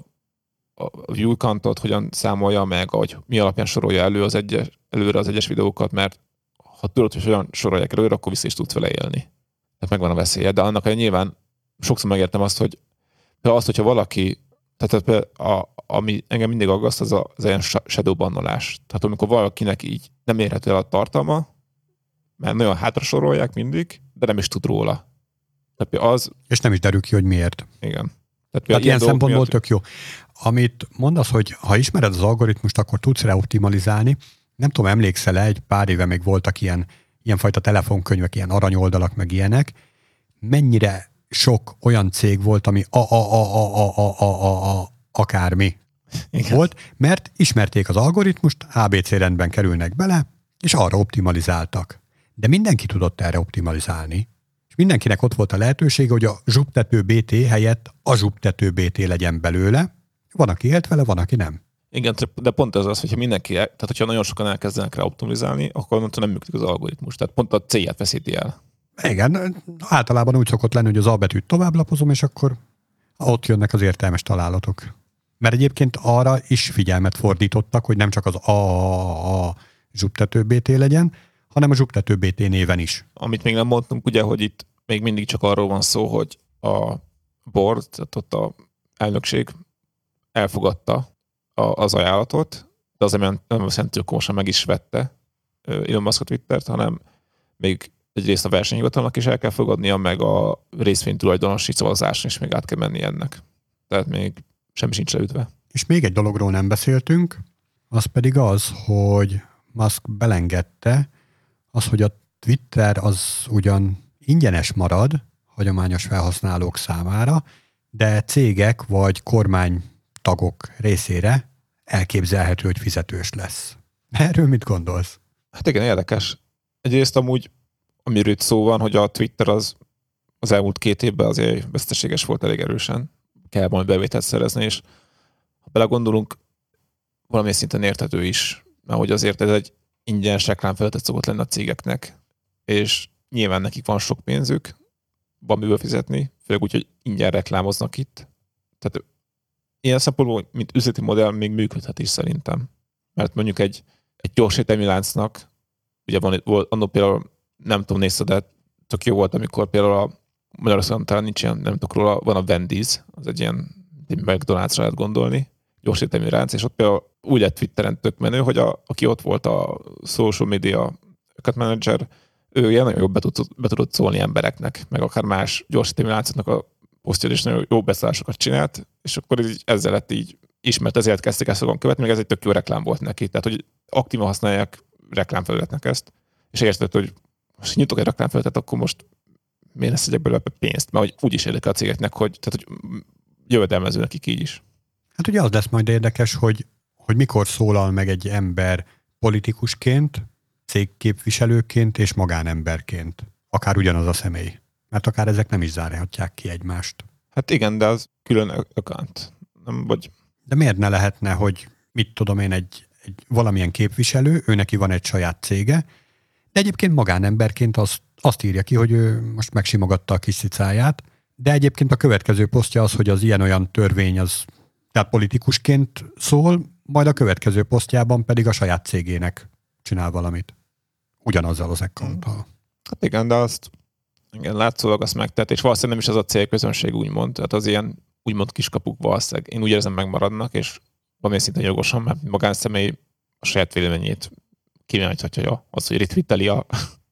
a view countot, hogyan számolja meg, hogy mi alapján sorolja elő az egyes, előre az egyes videókat, mert ha tudod, hogy hogyan sorolják előre, akkor vissza is tudsz vele élni. Tehát megvan a veszélye. De annak nyilván sokszor megértem azt, hogy azt, hogyha valaki, tehát a, ami engem mindig aggaszt, az, a, az olyan shadow bannolás. Tehát amikor valakinek így nem érhető el a tartalma, mert nagyon hátra sorolják mindig, de nem is tud róla. Tehát az... És nem is derül ki, hogy miért. Igen. Tehát, Tehát ilyen szempontból miatt... tök jó. Amit mondasz, hogy ha ismered az algoritmust, akkor tudsz rá optimalizálni. Nem tudom, emlékszel-e, egy pár éve még voltak ilyen, ilyenfajta telefonkönyvek, ilyen aranyoldalak, meg ilyenek. Mennyire sok olyan cég volt, ami a a a a a a a a akármi Igen. volt, mert ismerték az algoritmust, á bé cé rendben kerülnek bele, és arra optimalizáltak. De mindenki tudott erre optimalizálni. És mindenkinek ott volt a lehetősége, hogy a zsubtető bé té helyett a zsubtető bé té legyen belőle. Van, aki élt vele, van, aki nem. Igen, de pont ez az, hogyha mindenki, tehát hogyha nagyon sokan elkezdenek rá optimalizálni, akkor nem működik az algoritmus. Tehát pont a célját veszíti el. Igen, általában úgy szokott lenni, hogy az A betűt tovább lapozom, és akkor ott jönnek az értelmes találatok. Mert egyébként arra is figyelmet fordítottak, hogy nem csak az a, a, a zsubtető bé té legyen, hanem a zsubtető bé té néven is. Amit még nem mondtunk, ugye, hogy itt még mindig csak arról van szó, hogy a board, tehát ott a elnökség elfogadta a, az ajánlatot, de az nem azt jelenti, hogy most meg is vette Elon Musk a Twittert, hanem még egyrészt a versenyhivatalnak is el kell fogadnia, meg a részvénytulajdonosi szavazáson is még át kell menni ennek. Tehát még semmi sincs leütve. És még egy dologról nem beszéltünk, az pedig az, hogy Musk belengedte az, hogy a Twitter az ugyan ingyenes marad hagyományos felhasználók számára, de cégek vagy kormánytagok részére elképzelhető, hogy fizetős lesz. Erről mit gondolsz? Hát igen, érdekes. Egyrészt amúgy, amiről itt szó van, hogy a Twitter az az elmúlt két évben azért veszteséges volt elég erősen. Kell majd bevételt szerezni, és ha belegondolunk, valamilyen szinten érthető is, mert hogy azért ez egy ingyenes reklámfelület szokott lenni a cégeknek, és nyilván nekik van sok pénzük, van miből fizetni, főleg úgy, hogy ingyen reklámoznak itt. Tehát ilyen szempontból, mint üzleti modell még működhet is szerintem. Mert mondjuk egy, egy gyors éttermi láncnak, ugye van, annól például, nem tudom, nézted, de tök jó volt, amikor például a Magyarországon talán nincs ilyen, nem tudok róla, van a Wendy's, az egy ilyen McDonald's-ra lehet gondolni, gyors éttermi lánc, és ott például úgy lett Twitteren tök menő, hogy a, aki ott volt a social media account manager, ő ilyen nagyon jól be tudott, be tudott szólni embereknek, meg akár más gyors éttermi láncoknak a posztját is nagyon jó beszólásokat csinált, és akkor így, ezzel lett így ismert, ezért kezdték ezt fogom követni, meg ez egy tök jó reklám volt neki. Tehát, hogy aktívan használják reklámfelületnek ezt, és érted, hogy most nyitok egy reklámfelületet, akkor most miért ne szedjek belőle pénzt? Mert hogy úgy is érdekel a cégeknek, hogy, tehát, hogy jövedelmező nekik így is. Hát ugye az lesz majd érdekes, hogy, hogy mikor szólal meg egy ember politikusként, cégképviselőként és magánemberként. Akár ugyanaz a személy. Mert akár ezek nem is zárhatják ki egymást. Hát igen, de az külön account. Nem, vagy... De miért ne lehetne, hogy mit tudom én, egy, egy valamilyen képviselő, ő neki van egy saját cége, de egyébként magánemberként azt, azt írja ki, hogy ő most megsimogatta a kis cicáját, de egyébként a következő posztja az, hogy az ilyen-olyan törvény az, tehát politikusként szól, majd a következő posztjában pedig a saját cégének csinál valamit. Ugyanazzal az accounttal. Hát igen, de azt igen, látszólag azt megtett, és valószínűleg nem is az a célközönség úgymond, tehát az ilyen úgymond kiskapuk valószínűleg. Én úgy érzem megmaradnak, és valamilyen szinten jogosan, mert magánszemély a saját véleményét kimenyíthatja az, hogy retweeteli a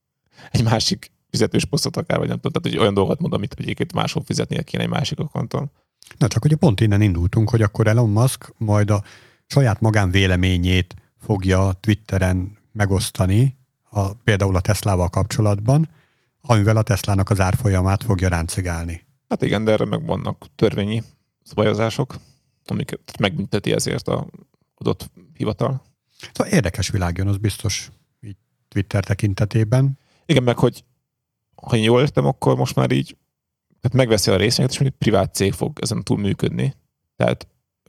egy másik fizetős posztot akár, vagy nem tudom, tehát hogy olyan dolgot mond, amit egyébként máshol fizetnie kéne egy másik akkonton. Na csak ugye pont innen indultunk, hogy akkor Elon Musk majd a saját magán véleményét fogja Twitteren megosztani, a, például a Teslával kapcsolatban, amivel a Teslának az árfolyamát fogja ráncigálni. Hát igen, de erre meg vannak törvényi szabályozások, amiket megbünteti ezért a adott hivatal. Szóval érdekes világ jön, az biztos így Twitter tekintetében. Igen, meg hogy ha én jól értem, akkor most már így tehát megveszi a részvényeket, és mondjuk privát cég fog ezen túl működni. Tehát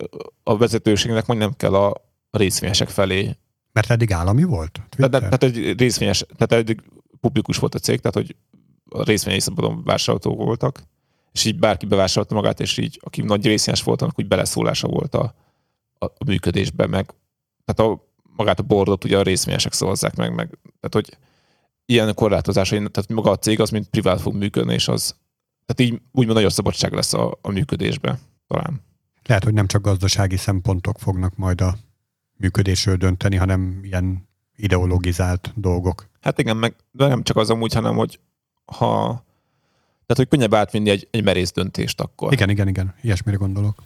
a vezetőségnek majd nem kell a részvényesek felé. Mert eddig állami volt? Tehát, tehát egy részvényes, tehát eddig publikus volt a cég, tehát hogy a részvényei szabadon vásárolhatók voltak, és így bárki bevásárolta magát, és így aki nagy részvényes volt, annak úgy beleszólása volt a, a, a működésbe, meg tehát a, magát a boardot ugye a részvényesek szavazzák meg, meg tehát hogy ilyen korlátozásai, tehát maga a cég az, mint privát fog működni, és az tehát így úgymond nagyobb szabadság lesz a, a működésbe talán. Lehet, hogy nem csak gazdasági szempontok fognak majd a működésről dönteni, hanem ilyen ideologizált dolgok. Hát igen, meg de nem csak az amúgy, hanem hogy ha tehát, hogy könnyebb átvinni egy, egy merész döntést akkor. Igen, igen, igen. Ilyesmire gondolok.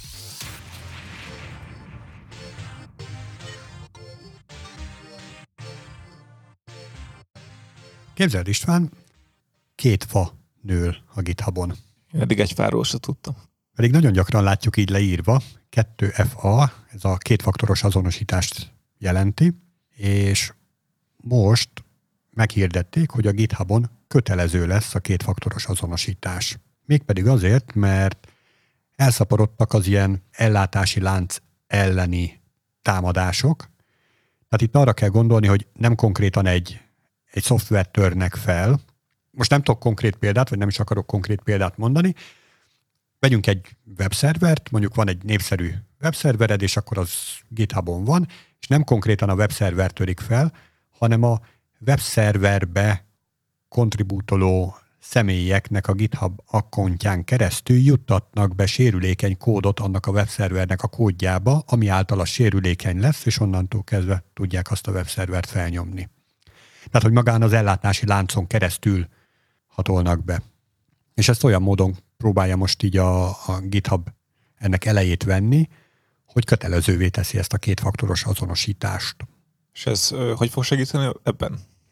Képzeld István, két fa nől a GitHubon. Én eddig egy fáról se tudtam. Pedig nagyon gyakran látjuk így leírva, kettő fa, ez a kétfaktoros azonosítást jelenti, és most meghirdették, hogy a GitHubon kötelező lesz a kétfaktoros azonosítás. Mégpedig azért, mert elszaporodtak az ilyen ellátási lánc elleni támadások. Tehát itt arra kell gondolni, hogy nem konkrétan egy, egy szoftvert törnek fel. Most nem tudok konkrét példát, vagy nem is akarok konkrét példát mondani. Vegyünk egy webszervert, mondjuk van egy népszerű webszervered, és akkor az GitHubon van, és nem konkrétan a webszerver törik fel, hanem a webszerverbe kontribútoló személyeknek a GitHub accountján keresztül juttatnak be sérülékeny kódot annak a webszervernek a kódjába, ami által a sérülékeny lesz, és onnantól kezdve tudják azt a webszervert felnyomni. Tehát, hogy magán az ellátási láncon keresztül hatolnak be. És ezt olyan módon próbálja most így a, a GitHub ennek elejét venni, hogy kötelezővé teszi ezt a kétfaktoros azonosítást. És ez hogy fog segíteni ebben?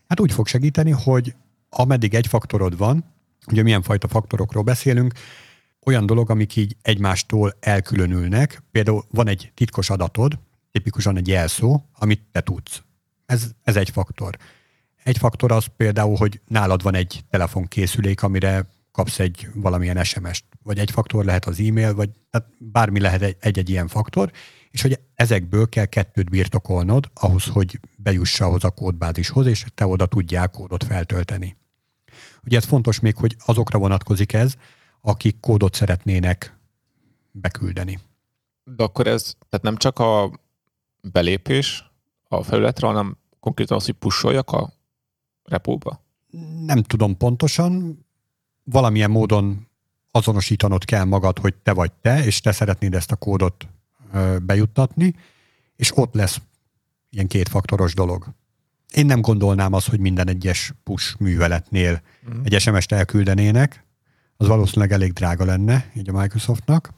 Hát úgy fog segíteni, hogy ameddig egy faktorod van, ugye milyen fajta faktorokról beszélünk, olyan dolog, amik így egymástól elkülönülnek. Például van egy titkos adatod, tipikusan egy jelszó, amit te tudsz. Ez, ez egy faktor. Egy faktor az például, hogy nálad van egy telefonkészülék, amire kapsz egy valamilyen es em est, vagy egy faktor lehet az e-mail, vagy tehát bármi lehet egy-egy ilyen faktor, és hogy ezekből kell kettőt birtokolnod ahhoz, hogy bejuss ahhoz a kódbázishoz, és te oda tudjál kódot feltölteni. Ugye ez fontos még, hogy azokra vonatkozik ez, akik kódot szeretnének beküldeni. De akkor ez, tehát nem csak a belépés a felületre, hanem konkrétan az, hogy pusholjak a repóba? Nem tudom pontosan, valamilyen módon azonosítanod kell magad, hogy te vagy te, és te szeretnéd ezt a kódot ö, bejuttatni, és ott lesz ilyen kétfaktoros dolog. Én nem gondolnám azt, hogy minden egyes push műveletnél mm. egy es em est elküldenének, az valószínűleg elég drága lenne, így a Microsoftnak.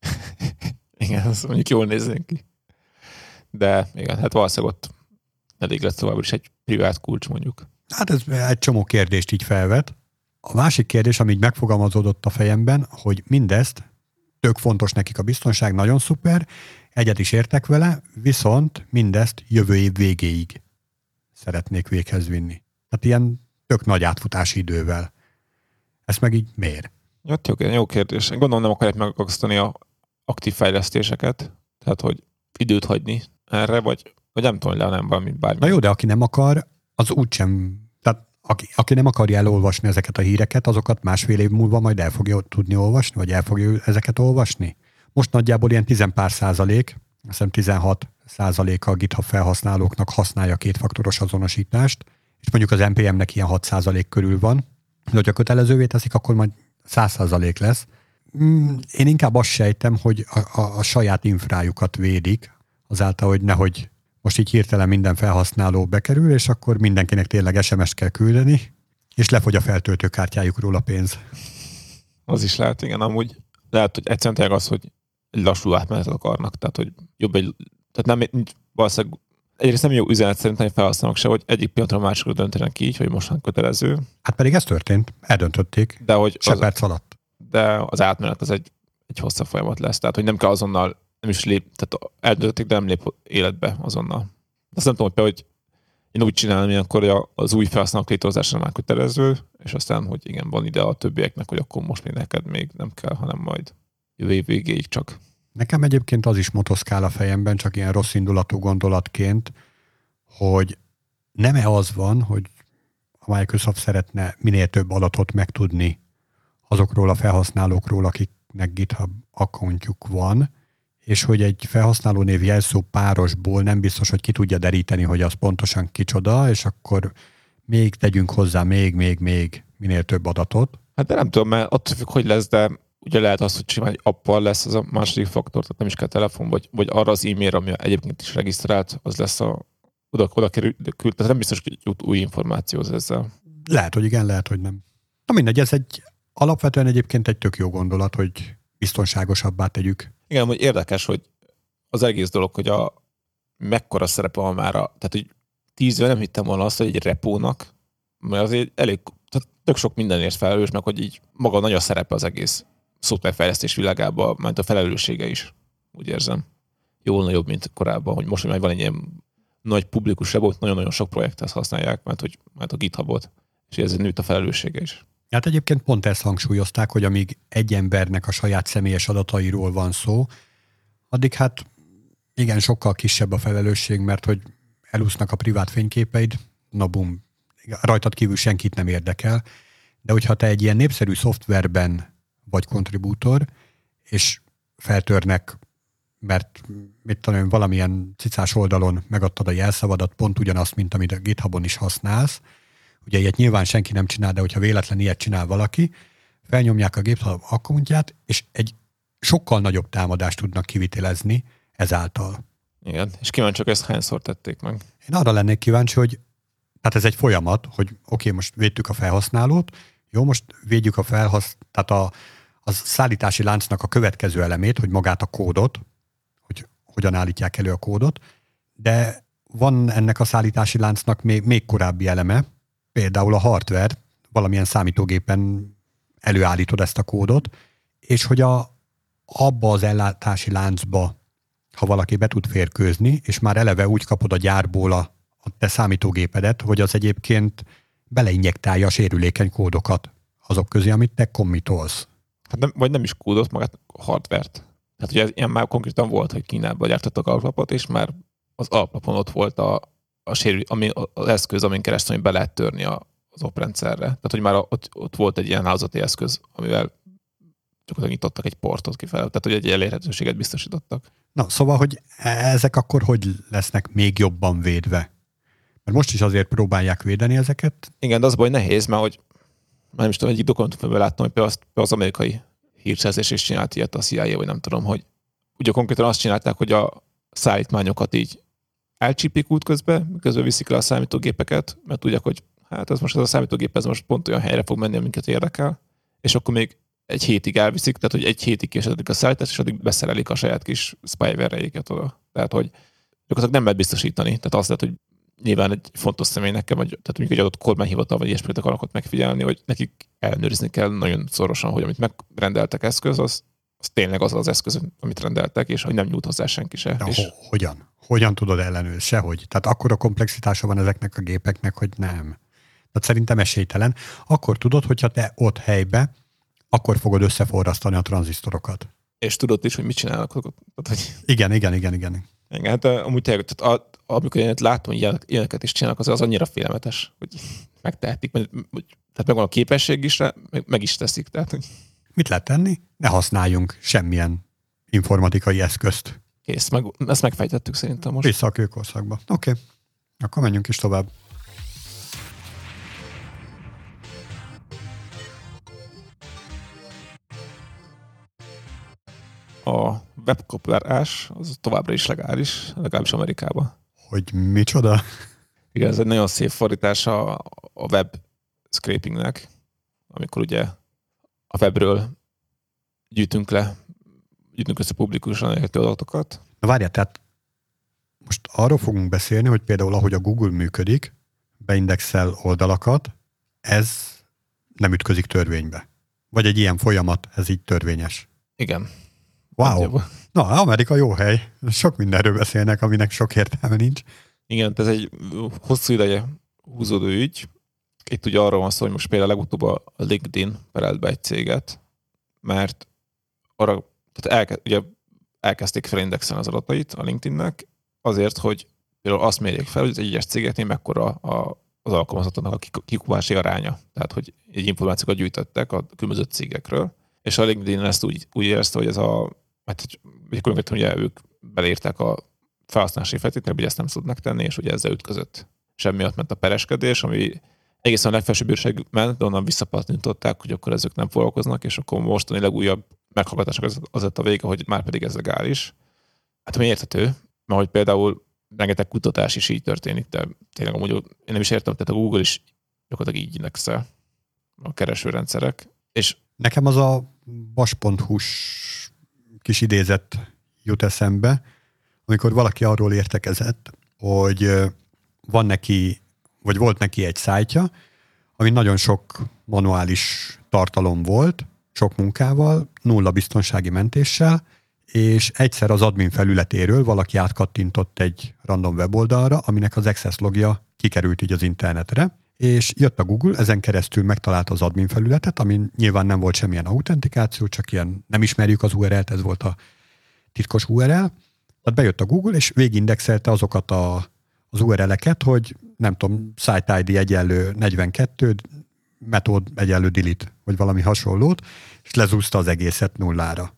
Igen, az mondjuk jól néznénk ki. De igen, hát valószínűleg ott elég lesz tovább is egy privát kulcs mondjuk. Hát ez egy csomó kérdést így felvet. A másik kérdés, ami így megfogalmazódott a fejemben, hogy mindezt, tök fontos nekik a biztonság, nagyon szuper, egyet is értek vele, viszont mindezt jövő év végéig szeretnék véghez vinni. Tehát ilyen tök nagy átfutási idővel. Ezt meg így miért? Jó, jó, jó kérdés. Gondolom nem akarják megakasztani a aktív fejlesztéseket, tehát hogy időt hagyni erre, vagy, vagy nem tudom, le nem valami bármi. Na jó, de aki nem akar, az úgysem, tehát aki, aki nem akarja elolvasni ezeket a híreket, azokat másfél év múlva majd el fogja tudni olvasni, vagy el fogja ezeket olvasni. Most nagyjából ilyen tizenpár százalék, azt hiszem tizenhat százaléka a GitHub felhasználóknak használja kétfaktoros azonosítást, és mondjuk az en pé em-nek ilyen hat százalék körül van, de hogyha kötelezővé teszik, akkor majd száz százalék lesz. Én inkább azt sejtem, hogy a, a, a saját infrájukat védik, azáltal, hogy nehogy most így hirtelen minden felhasználó bekerül, és akkor mindenkinek tényleg es em est kell küldeni, és lefogy a feltöltőkártyájukról a pénz. Az is lehet, igen, amúgy lehet, hogy egyszerűen tényleg az, hogy egy lassú átmenetet akarnak, tehát hogy jobb egy, tehát nem, valószínűleg egyrészt nem jó üzenet szerintem, hogy felhasználnak se, hogy egyik pillanatra a másikra döntenek így, hogy most kötelező. Hát pedig ez történt, eldöntötték, de hogy se az, perc alatt. De az átmenet az egy, egy hosszabb folyamat lesz, tehát hogy nem kell azonnal, nem is lép, tehát eldöntötték, de nem lép életbe azonnal. De azt nem tudom, hogy, hogy én úgy csinálom ilyenkor, az új felhasználók létrehozása már kötelező, és aztán, hogy igen, van ide a többieknek, hogy akkor most még neked még nem kell, hanem majd jövő év végéig csak. Nekem egyébként az is motoszkál a fejemben, csak ilyen rossz indulatú gondolatként, hogy nem-e az van, hogy a Microsoft szeretne minél több adatot megtudni azokról a felhasználókról, akiknek GitHub accountjuk van, és hogy egy felhasználónév jelszó párosból nem biztos, hogy ki tudja deríteni, hogy az pontosan kicsoda, és akkor még tegyünk hozzá még, még, még minél több adatot. Hát de nem tudom, mert attól függ, hogy lesz, de ugye lehet az, hogy simán egy appal lesz az a második faktor, tehát nem is kell telefon, vagy, vagy arra az e-mail, ami egyébként is regisztrált, az lesz a oda, oda kerül, tehát nem biztos, hogy jut új információhoz ezzel. Lehet, hogy igen, lehet, hogy nem. Na mindegy, ez egy alapvetően egyébként egy tök jó gondolat, hogy biztonságosabbá tegyük. Igen, hogy érdekes, hogy az egész dolog, hogy a mekkora szerepe van már, a, tehát hogy tízve nem hittem volna azt, hogy egy repónak, mert azért elég, tehát tök sok mindenért felelős, meg hogy így maga nagy a szerepe az egész szoftverfejlesztés világában, mert a felelőssége is, úgy érzem. Jóval nagyobb, mint korábban, hogy most, hogy már van egy ilyen nagy publikus repót, nagyon-nagyon sok projekthez használják, mert hogy mert a GitHubot, és ez nőtt a felelőssége is. Hát egyébként pont ezt hangsúlyozták, hogy amíg egy embernek a saját személyes adatairól van szó, addig hát igen, sokkal kisebb a felelősség, mert hogy elúsznak a privát fényképeid, na bum, rajtad kívül senkit nem érdekel, de hogyha te egy ilyen népszerű szoftverben vagy kontribútor, és feltörnek, mert mit tudom, valamilyen cicás oldalon megadtad a jelszavadat, pont ugyanazt, mint amit a GitHubon is használsz. Ugye ilyet nyilván senki nem csinál, de hogyha véletlen ilyet csinál valaki, felnyomják a GitHub accountját, és egy sokkal nagyobb támadást tudnak kivitelezni ezáltal. Igen, és kíváncsi, hogy ezt hányszor tették meg. Én arra lennék kíváncsi, hogy tehát ez egy folyamat, hogy oké, okay, most védtük a felhasználót, jó, most védjük a felhasz, tehát a, a szállítási láncnak a következő elemét, hogy magát a kódot, hogy hogyan állítják elő a kódot, de van ennek a szállítási láncnak még, még korábbi eleme, például a hardware, valamilyen számítógépen előállítod ezt a kódot, és hogy a, abba az ellátási láncba, ha valaki be tud férkőzni, és már eleve úgy kapod a gyárból a, a te számítógépedet, hogy az egyébként beleinjektálja a sérülékeny kódokat azok közé, amit te commitolsz. Hát nem, vagy nem is kódot, magát a hardvert. Tehát ugye ilyen már konkrétan volt, hogy Kínában gyártottak alaplapot, és már az alaplapon ott volt a, a sérül, ami, az eszköz, amin keresztül be lehet törni a, az oprendszerre. Tehát, hogy már ott, ott volt egy ilyen hálózati eszköz, amivel csak nyitottak egy portot kifele. Tehát, hogy egy elérhetőséget biztosítottak. Na, szóval, hogy ezek akkor hogy lesznek még jobban védve? Mert most is azért próbálják védeni ezeket. Igen, de az baj nehéz, mert hogy már nem is tudom, egyik dokumentumfilmben láttam, hogy például az, az amerikai hírszerzés is csinált ilyet a C I A, vagy nem tudom, hogy ugye konkrétan azt csinálták, hogy a szállítmányokat így elcsípik útközben, közben viszik le a számítógépeket, mert tudják, hogy hát ez most ez a számítógép, ez most pont olyan helyre fog menni, amiket érdekel, és akkor még egy hétig elviszik, tehát hogy egy hétig késedik a szállítás, és addig beszerelik a saját kis spyware-reiket oda. Tehát, hogy gyakorlatilag nem lehet biztosítani. Tehát azt lehet, hogy nyilván egy fontos személynek kell, vagy tehát mondjuk egy adott kormányhivatal, vagy ilyesmit akarnak ott megfigyelni, hogy nekik ellenőrizni kell nagyon szorosan, hogy amit megrendeltek eszköz, az, az tényleg az az eszköz, amit rendeltek, és hogy nem nyújt hozzá senki se. De és... ho- hogyan? Hogyan tudod ellenőrizni? Sehogy. Tehát akkora komplexitása van ezeknek a gépeknek, hogy nem. Tehát szerintem esélytelen. Akkor tudod, hogyha te ott helybe, akkor fogod összeforrasztani a tranzisztorokat. És tudod is, hogy mit csinálnak. Tehát, hogy... Igen, igen, igen, igen. Igen, hát amúgy tényleg, tehát a, amikor én látom, hogy ilyeneket is csinálnak, az, az annyira félelmetes, hogy megtehetik, mert, tehát megvan a képesség is, meg, meg is teszik. Tehát, hogy... Mit lehet tenni? Ne használjunk semmilyen informatikai eszközt. Kész, meg, ezt megfejtettük szerintem most. Vissza a kőkorszakba. Oké, okay. Akkor menjünk is tovább. A webkoplerás az továbbra is legális, legalábbis Amerikában. Hogy micsoda? Igen, ez egy nagyon szép fordítása a web scrapingnek, amikor ugye a webről gyűjtünk le, gyűjtünk össze publikusan elérhető adatokat. Na várjál, tehát most arról fogunk beszélni, hogy például ahogy a Google működik, beindexel oldalakat, ez nem ütközik törvénybe. Vagy egy ilyen folyamat, ez így törvényes. Igen. Wow. Na, Amerika jó hely. Sok mindenről beszélnek, aminek sok értelme nincs. Igen, ez egy hosszú ideje húzódó ügy. Itt ugye arról van szó, hogy most például legutóbb a LinkedIn perelt be egy céget, mert arra, tehát elke, ugye elkezdték felindexelni az adatait a LinkedInnek, azért, hogy például azt mérjék fel, hogy az egyes cégeknél mekkora a, az alkalmazottaknak a kikupási aránya. Tehát, hogy egy információkat gyűjtöttek a különböző cégekről, és a LinkedIn ezt úgy, úgy érezte, hogy ez a, mert konkrétan ugye ők beleírták a felhasználási feltételekbe, hogy ezt nem tudnak tenni, és ugye ezzel ütközött. És emiatt ment a pereskedés, ami egészen a legfelsőbb bíróság ment, de onnan visszapattintották, hogy akkor ezek nem foglalkoznak, és akkor mostani legújabb meghallgatásnak az, az lett a vége, hogy már pedig ez legális. Hát ami érthető, mert hogy például rengeteg kutatás is így történik, de tényleg amúgy én nem is értem, tehát a Google is gyakorlatilag így indexel a keresőrendszerek. És nekem az a vas pont hu-s kis idézet jut eszembe, amikor valaki arról értekezett, hogy van neki, vagy volt neki egy szájtja, ami nagyon sok manuális tartalom volt, sok munkával, nulla biztonsági mentéssel, és egyszer az admin felületéről valaki átkattintott egy random weboldalra, aminek az access logja kikerült így az internetre, és jött a Google, ezen keresztül megtalálta az admin felületet, ami nyilván nem volt semmilyen autentikáció, csak ilyen nem ismerjük az u er el-t, ez volt a titkos u er el. Tehát bejött a Google, és végindexelte azokat a, az u er el-eket, hogy nem tudom, site i dé egyenlő negyvenkettő, metód egyenlő delete, vagy valami hasonlót, és lezúzta az egészet nullára.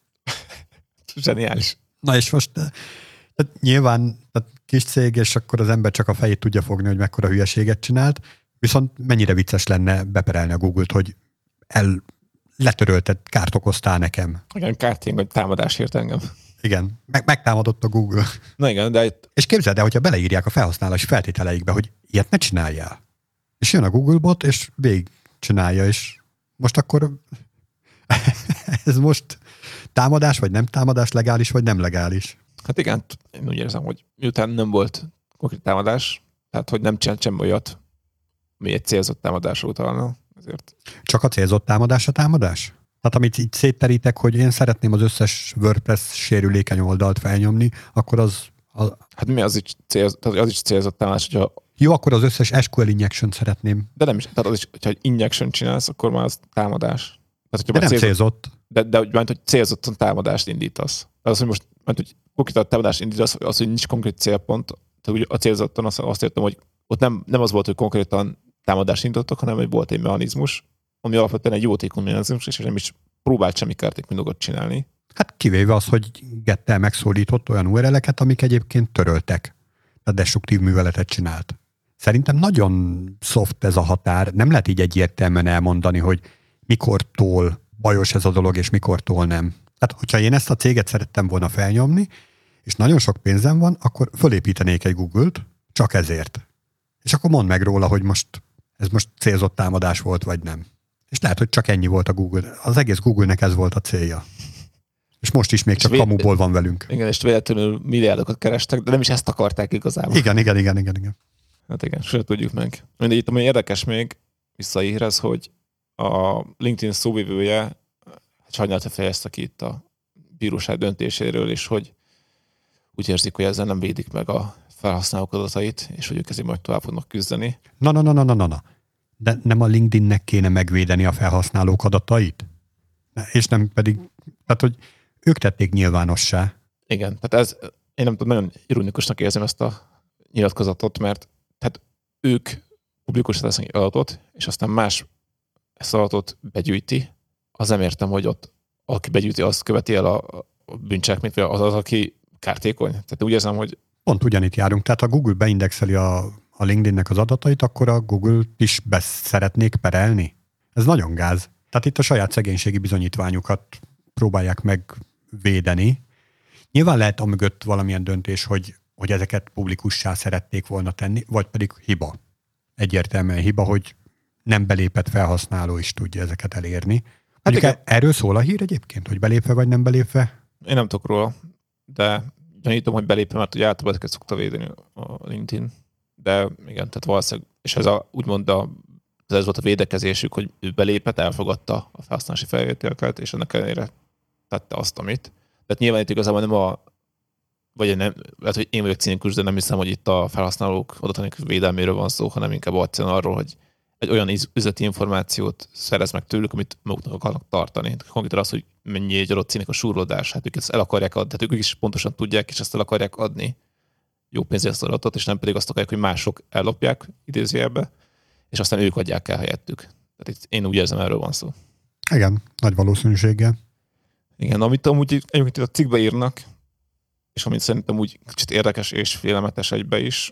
Zseniális. Na és most tehát nyilván tehát kis cég, és akkor az ember csak a fejét tudja fogni, hogy mekkora hülyeséget csinált, viszont mennyire vicces lenne beperelni a Google-t, hogy el letörölted, kárt okoztál nekem. Igen, kártyénk, hogy támadás ért engem. Igen, meg, megtámadott a Google. Na igen, de itt... És képzeld el, hogyha beleírják a felhasználási feltételeikbe, hogy ilyet ne csináljál. És jön a Google bot, és végig csinálja, és most akkor ez most támadás, vagy nem támadás, legális, vagy nem legális? Hát igen, én úgy érzem, hogy miután nem volt konkrét támadás, tehát hogy nem csinált semmi olyat, ami egy célzott támadásra utalna. Ezért. Csak a célzott támadás a támadás? Tehát amit így szétterítek, hogy én szeretném az összes WordPress sérülékeny oldalt felnyomni, akkor az... az... Hát mi az is, célzott, az is célzott támadás, hogyha... Jó, akkor az összes es kú el injection szeretném. De nem is, tehát az is, hogyha injection csinálsz, akkor már az támadás. Tehát, de nem célzott. célzott. De, de úgy mert, hogy célzottan támadást indítasz. Az, hogy most, mert, hogy konkrétan támadást indítasz, az, hogy nincs konkrét célpont, tehát úgy a célzottan azt, azt értem, hogy ott nem, nem az volt, hogy konkrétan támadást indítottak, hanem hogy volt egy mechanizmus, ami alapvetően egy jótékony mechanizmus, és nem is próbált semmi kártékony dolgot csinálni. Hát kivéve az, hogy Gettel megszólított olyan u er el-eket, amik egyébként töröltek. Tehát destruktív műveletet csinált. Szerintem nagyon soft ez a határ. Nem lehet így egyértelműen elmondani, hogy mikortól bajos ez a dolog, és mikortól nem. Tehát, hogyha én ezt a céget szerettem volna felnyomni, és nagyon sok pénzem van, akkor fölépítenék egy Google-t, csak ezért. És akkor mondd meg róla, hogy most ez most célzott támadás volt, vagy nem. És lehet, hogy csak ennyi volt a Google. Az egész Google-nek ez volt a célja. És most is még és csak vé... kamuból van velünk. Igen, és véletlenül milliárdokat kerestek, de nem is ezt akarták igazából. Igen, igen, igen, igen. igen. Hát igen, sose tudjuk meg. Mindegy, itt ami érdekes még vissza a hírhez, hogy a LinkedIn szóvivője sajnálta fejezte ki itt a bíróság döntéséről, és hogy úgy érzik, hogy ezzel nem védik meg a felhasználók adatait, és hogy ők ezért majd tovább fognak küzdeni. Na, na, na, na, na, na. De nem a LinkedInnek kéne megvédeni a felhasználók adatait? És nem pedig, tehát, hogy ők tették nyilvánossá. Igen, tehát ez, én nem tudom, nagyon ironikusnak érzem ezt a nyilatkozatot, mert tehát ők publikus tesznek egy adatot, és aztán más ezt az adatot begyűjti. Az nem értem, hogy ott aki begyűjti, azt követi el a, a bűncselekményt, vagy az az, aki kártékony. Tehát úgy érzem, hogy... Pont ugyanitt járunk. Tehát ha Google beindexeli a, a LinkedInnek az adatait, akkor a Google is be szeretnék perelni. Ez nagyon gáz. Tehát itt a saját szegénységi bizonyítványukat próbálják megvédeni. Nyilván lehet amögött valamilyen döntés, hogy, hogy ezeket publikussá szerették volna tenni, vagy pedig hiba. Egyértelműen hiba, hogy nem belépett felhasználó is tudja ezeket elérni. Hát igen. Erről szól a hír egyébként, hogy belépve vagy nem belépve? Én nem tudok róla, de gyanítom, hogy belépve, mert ugye általában ezeket szokta védeni a LinkedIn. De igen, tehát valószínűleg, és ez a, úgymond a, ez volt a védekezésük, hogy ő belépett, elfogadta a felhasználási felvételeket, és ennek ellenére tette azt, amit. Tehát nyilván itt igazából nem a, vagy nem, lehet, hogy én vagyok cínikus, de nem hiszem, hogy itt a felhasználók adatának védelméről van szó, hanem inkább arról, hogy egy olyan üzleti információt szerez meg tőlük, amit maguknak akarnak tartani. Konkrétan az, hogy mennyi egy adott cégnek a súrlódás, hát ők ezt el akarják adni, tehát ők is pontosan tudják, és ezt el akarják adni jó pénzért ezt adatot, és nem pedig azt akarják, hogy mások ellopják idézőjelbe, és aztán ők adják el helyettük. Tehát itt én úgy érzem, erről van szó. Igen, nagy valószínűséggel. Igen, amit amúgy egyébként a cikkbe írnak, és amit szerintem úgy kicsit érdekes és félelmetes egybe is,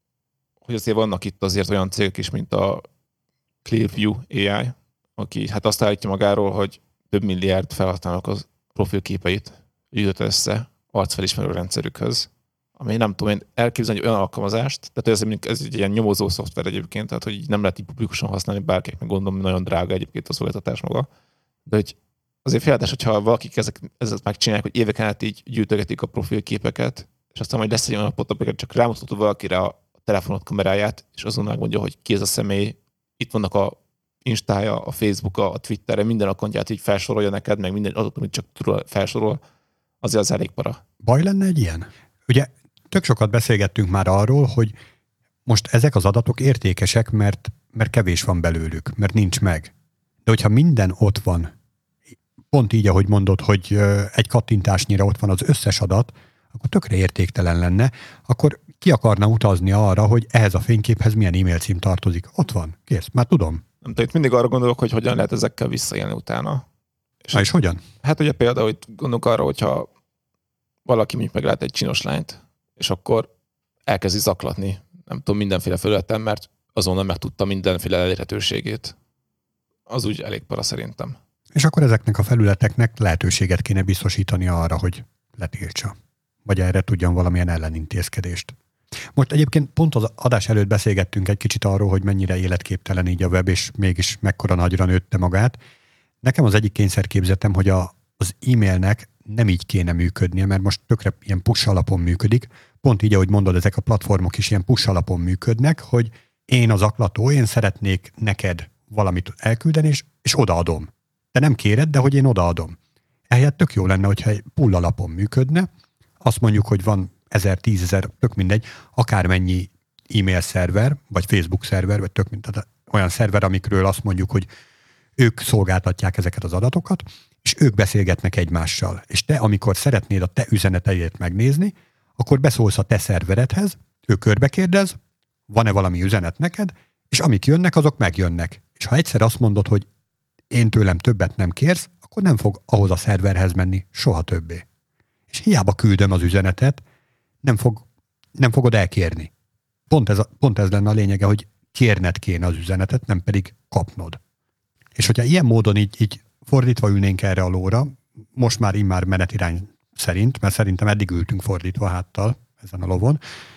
hogy azért vannak itt azért olyan cégek is, mint a Clearview á i, aki hát azt állítja magáról, hogy több milliárd felhasználók az profilképeit gyűjtött össze arcfelismerő rendszerükhöz, ami nem tudom, én elképzelni egy olyan alkalmazást, tehát ez, ez egy ilyen nyomozó szoftver egyébként, tehát hogy nem lehet így publikusan használni bárkinek, meg gondolom, nagyon drága egyébként a szolgáltatás maga, de hogy azért félelmetes, hogyha valakik ezek, ezeket megcsinálják, hogy éveken át így gyűjtögetik a profilképeket, és aztán majd lesz egy olyan napot, amikor csak rámutatod valakire a telefonot kameráját, és azon megmondja, hogy ki ez a személy, itt vannak a Instája, a Facebooka, a Twitterre, minden akkontját így felsorolja neked, meg minden adatot, amit csak felsorol, azért az elég para. Baj lenne egy ilyen? Ugye tök sokat beszélgettünk már arról, hogy most ezek az adatok értékesek, mert, mert kevés van belőlük, mert nincs meg. De hogyha minden ott van, pont így, ahogy mondod, hogy egy kattintásnyira ott van az összes adat, akkor tökre értéktelen lenne, akkor ki akarna utazni arra, hogy ehhez a fényképhez milyen e-mail cím tartozik. Ott van, kész, már tudom. Nem, itt mindig arra gondolok, hogy hogyan lehet ezekkel visszaélni utána. És, és hogyan? Hát ugye például hogy gondolok arra, hogyha valaki mondjuk meglát egy csinos lányt, és akkor elkezdi zaklatni, nem tudom, mindenféle felületen, mert azonnal megtudta mindenféle elérhetőségét. Az úgy elég para szerintem. És akkor ezeknek a felületeknek lehetőséget kéne biztosítani arra, hogy letiltsa. Vagy erre tudjon valamilyen ellenintézkedést. Most egyébként pont az adás előtt beszélgettünk egy kicsit arról, hogy mennyire életképtelen így a web, és mégis mekkora nagyra nőtte magát. Nekem az egyik kényszerképzetem, hogy a, az e-mailnek nem így kéne működnie, mert most tökre ilyen push alapon működik. Pont így, ahogy mondod, ezek a platformok is ilyen push alapon működnek, hogy én az zaklató, én szeretnék neked valamit elküldeni, és, és odaadom. Te nem kéred, de hogy én odaadom. Ehelyett tök jó lenne, hogyha egy pull alapon működne, azt mondjuk, hogy van ezer, tízezer, tök mindegy, akármennyi e-mail szerver, vagy Facebook szerver, vagy tök mindegy, olyan szerver, amikről azt mondjuk, hogy ők szolgáltatják ezeket az adatokat, és ők beszélgetnek egymással. És te, amikor szeretnéd a te üzeneteidet megnézni, akkor beszólsz a te szerveredhez, ő körbe kérdez, van-e valami üzenet neked, és amik jönnek, azok megjönnek. És ha egyszer azt mondod, hogy én tőlem többet nem kérsz, akkor nem fog ahhoz a szerverhez menni soha többé. És hiába küldöm az üzenetet, nem, fog, nem fogod elkérni. Pont ez, a, pont ez lenne a lényege, hogy kérned kéne az üzenetet, nem pedig kapnod. És hogyha ilyen módon így, így fordítva ülnénk erre a lóra, most már immár menetirány szerint, mert szerintem eddig ültünk fordítva háttal ezen a lovon,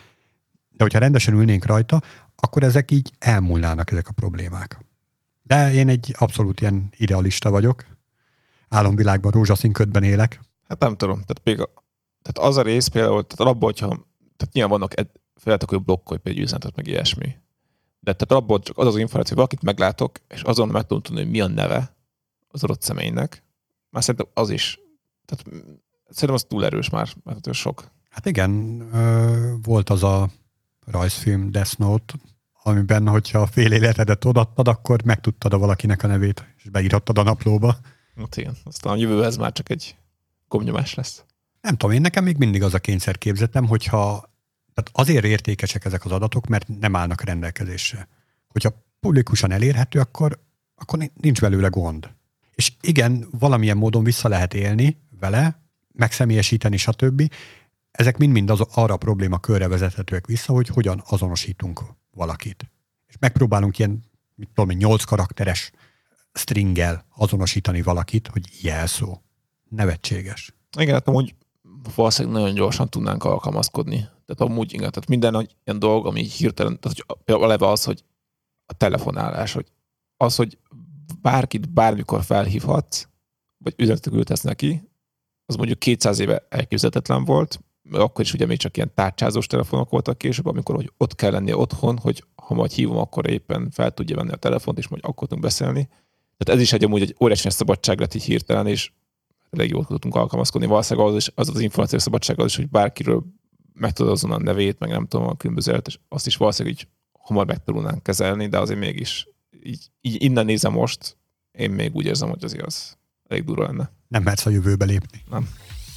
de hogyha rendesen ülnénk rajta, akkor ezek így elmúlnának, ezek a problémák. De én egy abszolút ilyen idealista vagyok. Álomvilágban, rózsaszín ködben élek. Hát nem tudom. Tehát, például, tehát az a rész például, tehát abban, hogyha, tehát nyilván vannak, ed, felletek, hogy blokkolj például egy üzenetet, meg ilyesmi. De tehát abban csak az az információ, hogy valakit meglátok, és azon meg tudom tudni, hogy mi a neve az adott személynek. Már szerintem az is. Tehát szerintem az túl erős már, mert sok. Hát igen, volt az a rajzfilm Death Note, amiben, hogyha fél életedet odaadtad, akkor megtudtad a valakinek a nevét, és beírhattad a naplóba. Hát igen, aztán a jövőhez már csak egy gomnyomás lesz. Nem tudom, én nekem még mindig az a kényszerképzetem, hogyha tehát azért értékesek ezek az adatok, mert nem állnak rendelkezésre. Hogyha publikusan elérhető, akkor, akkor nincs belőle gond. És igen, valamilyen módon vissza lehet élni vele, megszemélyesíteni, stb. Ezek mind-mind az, arra a probléma körre vezethetőek vissza, hogy hogyan azonosítunk valakit. És megpróbálunk ilyen, mit tudom én, nyolc karakteres stringgel azonosítani valakit, hogy jelszó. Nevetséges. Igen, hát amúgy valószínűleg nagyon gyorsan tudnánk alkalmazkodni. Tehát amúgy igen, tehát minden ilyen dolog, ami hirtelen, tehát hogy például eleve az, hogy a telefonálás, hogy az, hogy bárkit bármikor felhívhatsz, vagy üzenetet küldhetsz neki, az mondjuk kétszáz éve elképzelhetetlen volt, mert akkor is ugye még csak ilyen tárcsázós telefonok voltak később, amikor hogy ott kell lennie otthon, hogy ha majd hívom, akkor éppen fel tudja venni a telefont, és majd akkor tudunk beszélni. Tehát ez is egy amúgy egy óriási szabadság lett így hirtelen, és elég jól tudtunk alkalmazkodni. Valószínűleg az, is, az az információs szabadság az is, hogy bárkiről megtudod azon a nevét, meg nem tudom, a különböző előtt, és azt is valószínűleg így hamar meg tudnánk kezelni, de azért mégis így, így innen nézem most, én még úgy érzem, hogy azért az elég durva lenne. Nem mersz a jövőbe lépni. Nem.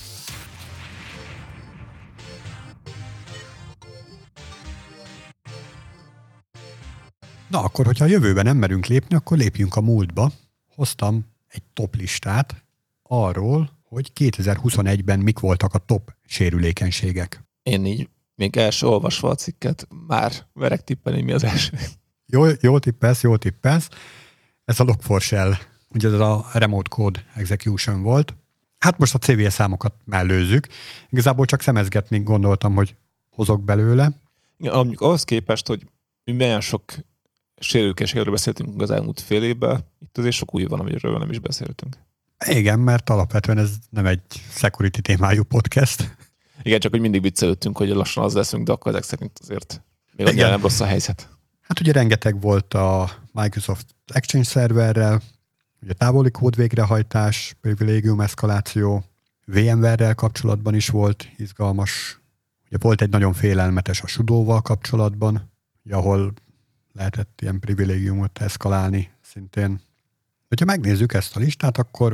Na akkor, hogyha a jövőben nem merünk lépni, akkor lépjünk a múltba. Hoztam egy top listát arról, hogy kétezer-huszonegyben mik voltak a top sérülékenységek. Én így még első olvasva a cikket már verek tippelni, mi az első. Jó, jó tippelsz, jó tippelsz. Ez a log four shell, ugye ez a Remote Code Execution volt. Hát most a cé vé e számokat mellőzzük. Igazából csak szemezgetni gondoltam, hogy hozok belőle. Igen, ahhoz képest, hogy mi milyen sok sérülékenységről beszéltünk az elmúlt fél évben, itt azért sok új van, amiről nem is beszéltünk. Igen, mert alapvetően ez nem egy security témájú podcast. Igen, csak hogy mindig viccelődtünk, hogy lassan az leszünk, de akkor ezek szerint azért még annyira nem rossz a helyzet. Hát ugye rengeteg volt a Microsoft Exchange szerverrel, ugye távoli kód végrehajtás, privilégium eszkaláció, VMware-rel kapcsolatban is volt izgalmas. Ugye volt egy nagyon félelmetes a sudóval kapcsolatban, ugye, ahol lehetett ilyen privilégiumot eszkalálni szintén. Ha megnézzük ezt a listát, akkor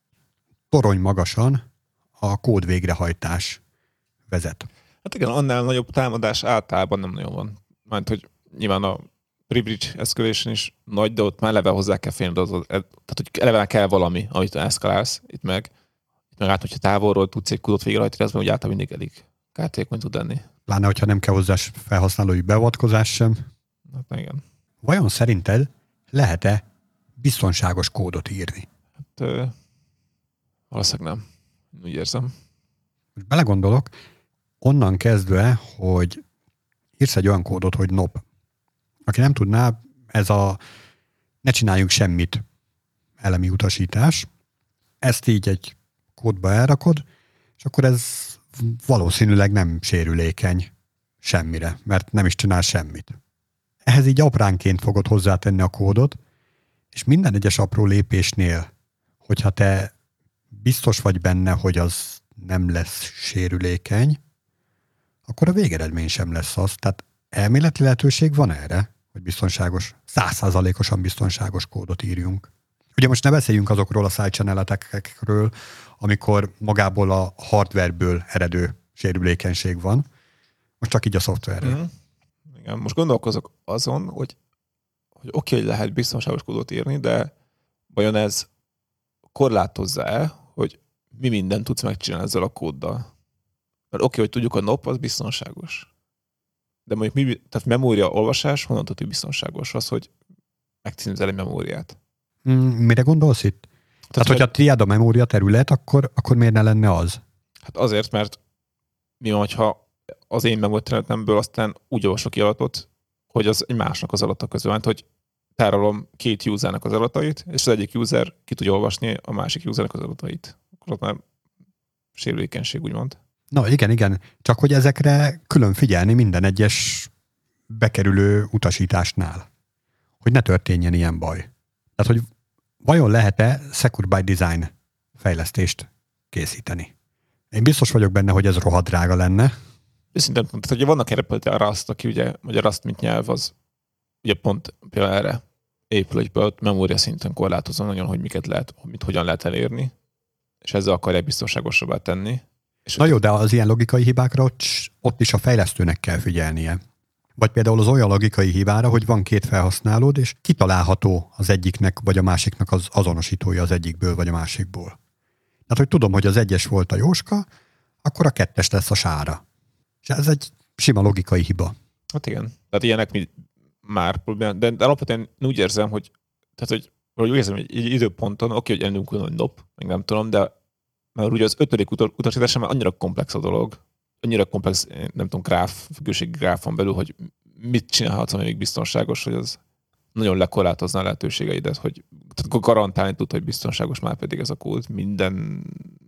torony magasan a kód végrehajtás vezet. Hát igen, annál nagyobb támadás általában nem nagyon van. Mert hogy nyilván a privilege escalation is nagy, de ott már eleve hozzá kell félni, tehát hogy eleve kell valami, amit eszkalálsz. Itt meg, itt meg át, hogyha távolról tudsz egy kódot végrehajtani, az meg úgy általában mindig elég kártékony tud lenni. Pláne, hogyha nem kell hozzá felhasználói beavatkozás sem. Hát igen. Vajon szerinted lehet-e biztonságos kódot írni? Hát ö, valószínűleg nem. Úgy érzem. Most belegondolok, onnan kezdve, hogy írsz egy olyan kódot, hogy nop. Aki nem tudná, ez a ne csináljunk semmit elemi utasítás. Ezt így egy kódba elrakod, és akkor ez valószínűleg nem sérülékeny semmire, mert nem is csinál semmit. ehhez így apránként fogod hozzátenni a kódot, és minden egyes apró lépésnél, hogyha te biztos vagy benne, hogy az nem lesz sérülékeny, akkor a végeredmény sem lesz az. Tehát elméleti lehetőség van erre, hogy biztonságos, száz százalékosan biztonságos kódot írjunk. Ugye most ne beszéljünk azokról a side-channel attack-ekről, amikor magából a hardwareből eredő sérülékenység van. Most csak így a szoftverről. Mm. Igen, most gondolkozok azon, hogy, hogy oké, hogy lehet biztonságos kódot írni, de vajon ez korlátozza-e, hogy mi mindent tudsz megcsinálni ezzel a kóddal? Mert oké, hogy tudjuk, a nop az biztonságos. De mondjuk mi, tehát memória olvasás, honnan tudjuk, hogy biztonságos az, hogy megcímzel egy memóriát? Mm, mire gondolsz itt? Tehát, tehát hogyha triád a memória terület, akkor, akkor miért ne lenne az? Hát azért, mert mi van, hogyha az én memóriaterületemből aztán úgy olvasok ki adatot, hogy az egy másnak az adata közül. Hát, hogy tárolom két usernek az adatait, és az egyik user ki tudja olvasni a másik usernek az adatait. Akkor ott már sérülékenység, úgymond. Na igen, igen. Csak hogy ezekre külön figyelni minden egyes bekerülő utasításnál. Hogy ne történjen ilyen baj. Tehát, hogy vajon lehet-e Secure by Design fejlesztést készíteni? Én biztos vagyok benne, hogy ez rohadt drága lenne. Őszintén, tehát ugye vannak erre például a Rust, aki ugye, vagy a Rust, mint nyelv, az ugye pont például erre épül, hogy például memória szinten korlátozza nagyon, hogy miket lehet, mit hogyan lehet elérni, és ezzel akarják biztonságosabbá tenni. És Na jó, de az ilyen logikai hibákra ott, ott is a fejlesztőnek kell figyelnie. Vagy például az olyan logikai hibára, hogy van két felhasználód, és kitalálható az egyiknek, vagy a másiknak az azonosítója az egyikből, vagy a másikból. Tehát, hogy tudom, hogy az egyes volt a Jóska, akkor a kettes lesz a Sára. És ez egy sima logikai hiba. Hát igen. Tehát ilyenek mi már problémák. De, de alapvetően úgy érzem, hogy, tehát, hogy, hogy úgy érzem, hogy egy időponton, oké, hogy elnünk hogy nop, meg nem tudom, de mert ugye az ötödik utasításra már annyira komplex a dolog, annyira komplex, nem tudom, gráf, függőségi gráfon belül, hogy mit csinálhatsz, ami még biztonságos, hogy az nagyon lekorlátozná a lehetőségeidet, hogy tehát garantálni tud, hogy biztonságos, már pedig ez a kód minden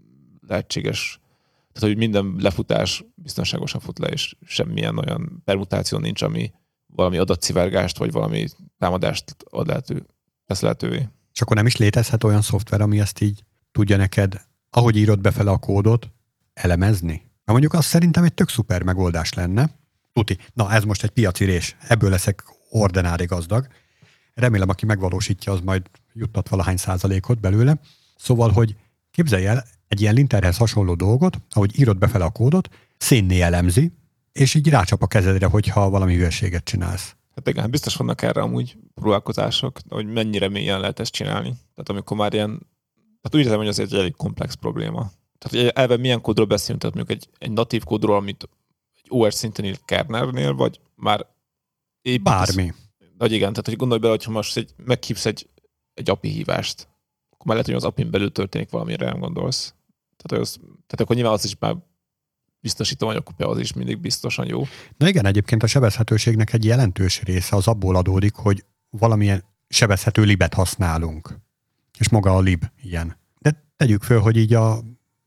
lehetséges, tehát hogy minden lefutás biztonságosan fut le, és semmilyen olyan permutáció nincs, ami valami adatszivárgást, vagy valami támadást ad lehető, tesz lehetővé. És akkor nem is létezhet olyan szoftver, ami ezt így tudja neked, ahogy írod befele a kódot, elemezni? Na mondjuk az szerintem egy tök szuper megoldás lenne. Tuti. Na ez most egy piacirés. Ebből leszek ordinári gazdag. Remélem, aki megvalósítja, az majd juttat valahány százalékot belőle. Szóval, hogy képzelj el egy ilyen linterhez hasonló dolgot, ahogy írod befele a kódot, szénné elemzi, és így rácsap a kezedre, hogyha valami hülyeséget csinálsz. Hát igen, biztos vannak erre amúgy próbálkozások, hogy mennyire mélyen lehet ezt csinálni. Tehát amikor már ilyen, tehát úgy érzem, hogy ez egy elég komplex probléma. Tehát elve milyen kódról beszélünk, tehát mondjuk egy, egy natív kódról, amit egy o es szinten írt kernelnél, vagy már épp bármi. Vagy igen, tehát hogy gondolj bele, hogyha most egy, meghívsz egy, egy á pé i hívást, akkor már lehet, hogy az á pé in belül történik valamire, nem gondolsz. Tehát, az, tehát akkor nyilván az is már biztosítom, hogy akkor az is mindig biztosan jó. Na igen, egyébként a sebezhetőségnek egy jelentős része az abból adódik, hogy valamilyen sebezhető libet használunk. És maga a lib ilyen. De tegyük föl, hogy így a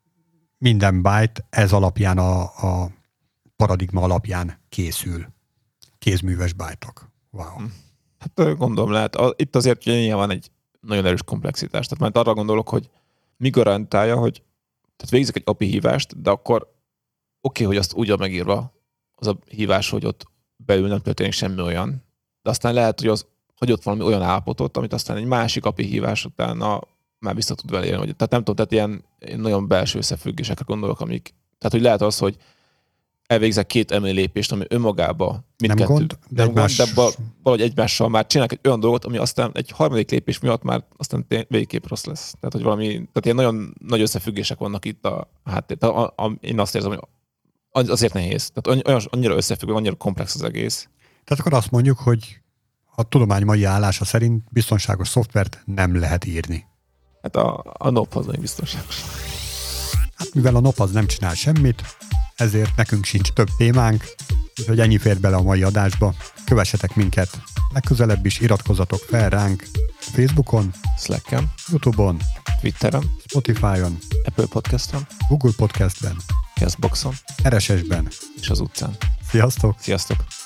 minden byte ez alapján a, a paradigma alapján készül. Kézműves byte-ok. Wow. Hát gondolom lehet. Itt azért nyilván egy nagyon erős komplexitás. Tehát már arra gondolok, hogy mi garantálja, hogy tehát végzek egy á pé i hívást, de akkor oké, okay, hogy azt úgy van megírva az a hívás, hogy ott belül nem történik semmi olyan, de aztán lehet, hogy az hagyott valami olyan állapotot, amit aztán egy másik á pé i hívás utána már vissza tud vele élni. Tehát nem tudom, tehát ilyen nagyon belső összefüggésekre gondolok, amik, tehát hogy lehet az, hogy elvégzek két emlő lépést, ami önmagában mindkettő. Nem gond, de, nem gond, de valahogy egymással már csinálnak egy olyan dolgot, ami aztán egy harmadik lépés miatt már aztán végképp rossz lesz. Tehát, hogy valami, tehát ilyen nagyon nagy összefüggések vannak itt a háttér. A, a, én azt érzem, hogy azért nehéz. Tehát olyan, annyira összefüggő, annyira komplex az egész. Tehát akkor azt mondjuk, hogy a tudomány mai állása szerint biztonságos szoftvert nem lehet írni. Hát a, a nop az nagyon biztonságos. Hát mivel a nop az nem csinál semmit, ezért nekünk sincs több témánk, úgyhogy ennyi fér bele a mai adásba. Kövessetek minket legközelebb is, iratkozzatok fel ránk Facebookon, Slacken, YouTube-on, Twitteren, Spotify-on, Apple Podcaston, Google Podcastben, Castboxon, er es es-ben és az utcán. Sziasztok! Sziasztok!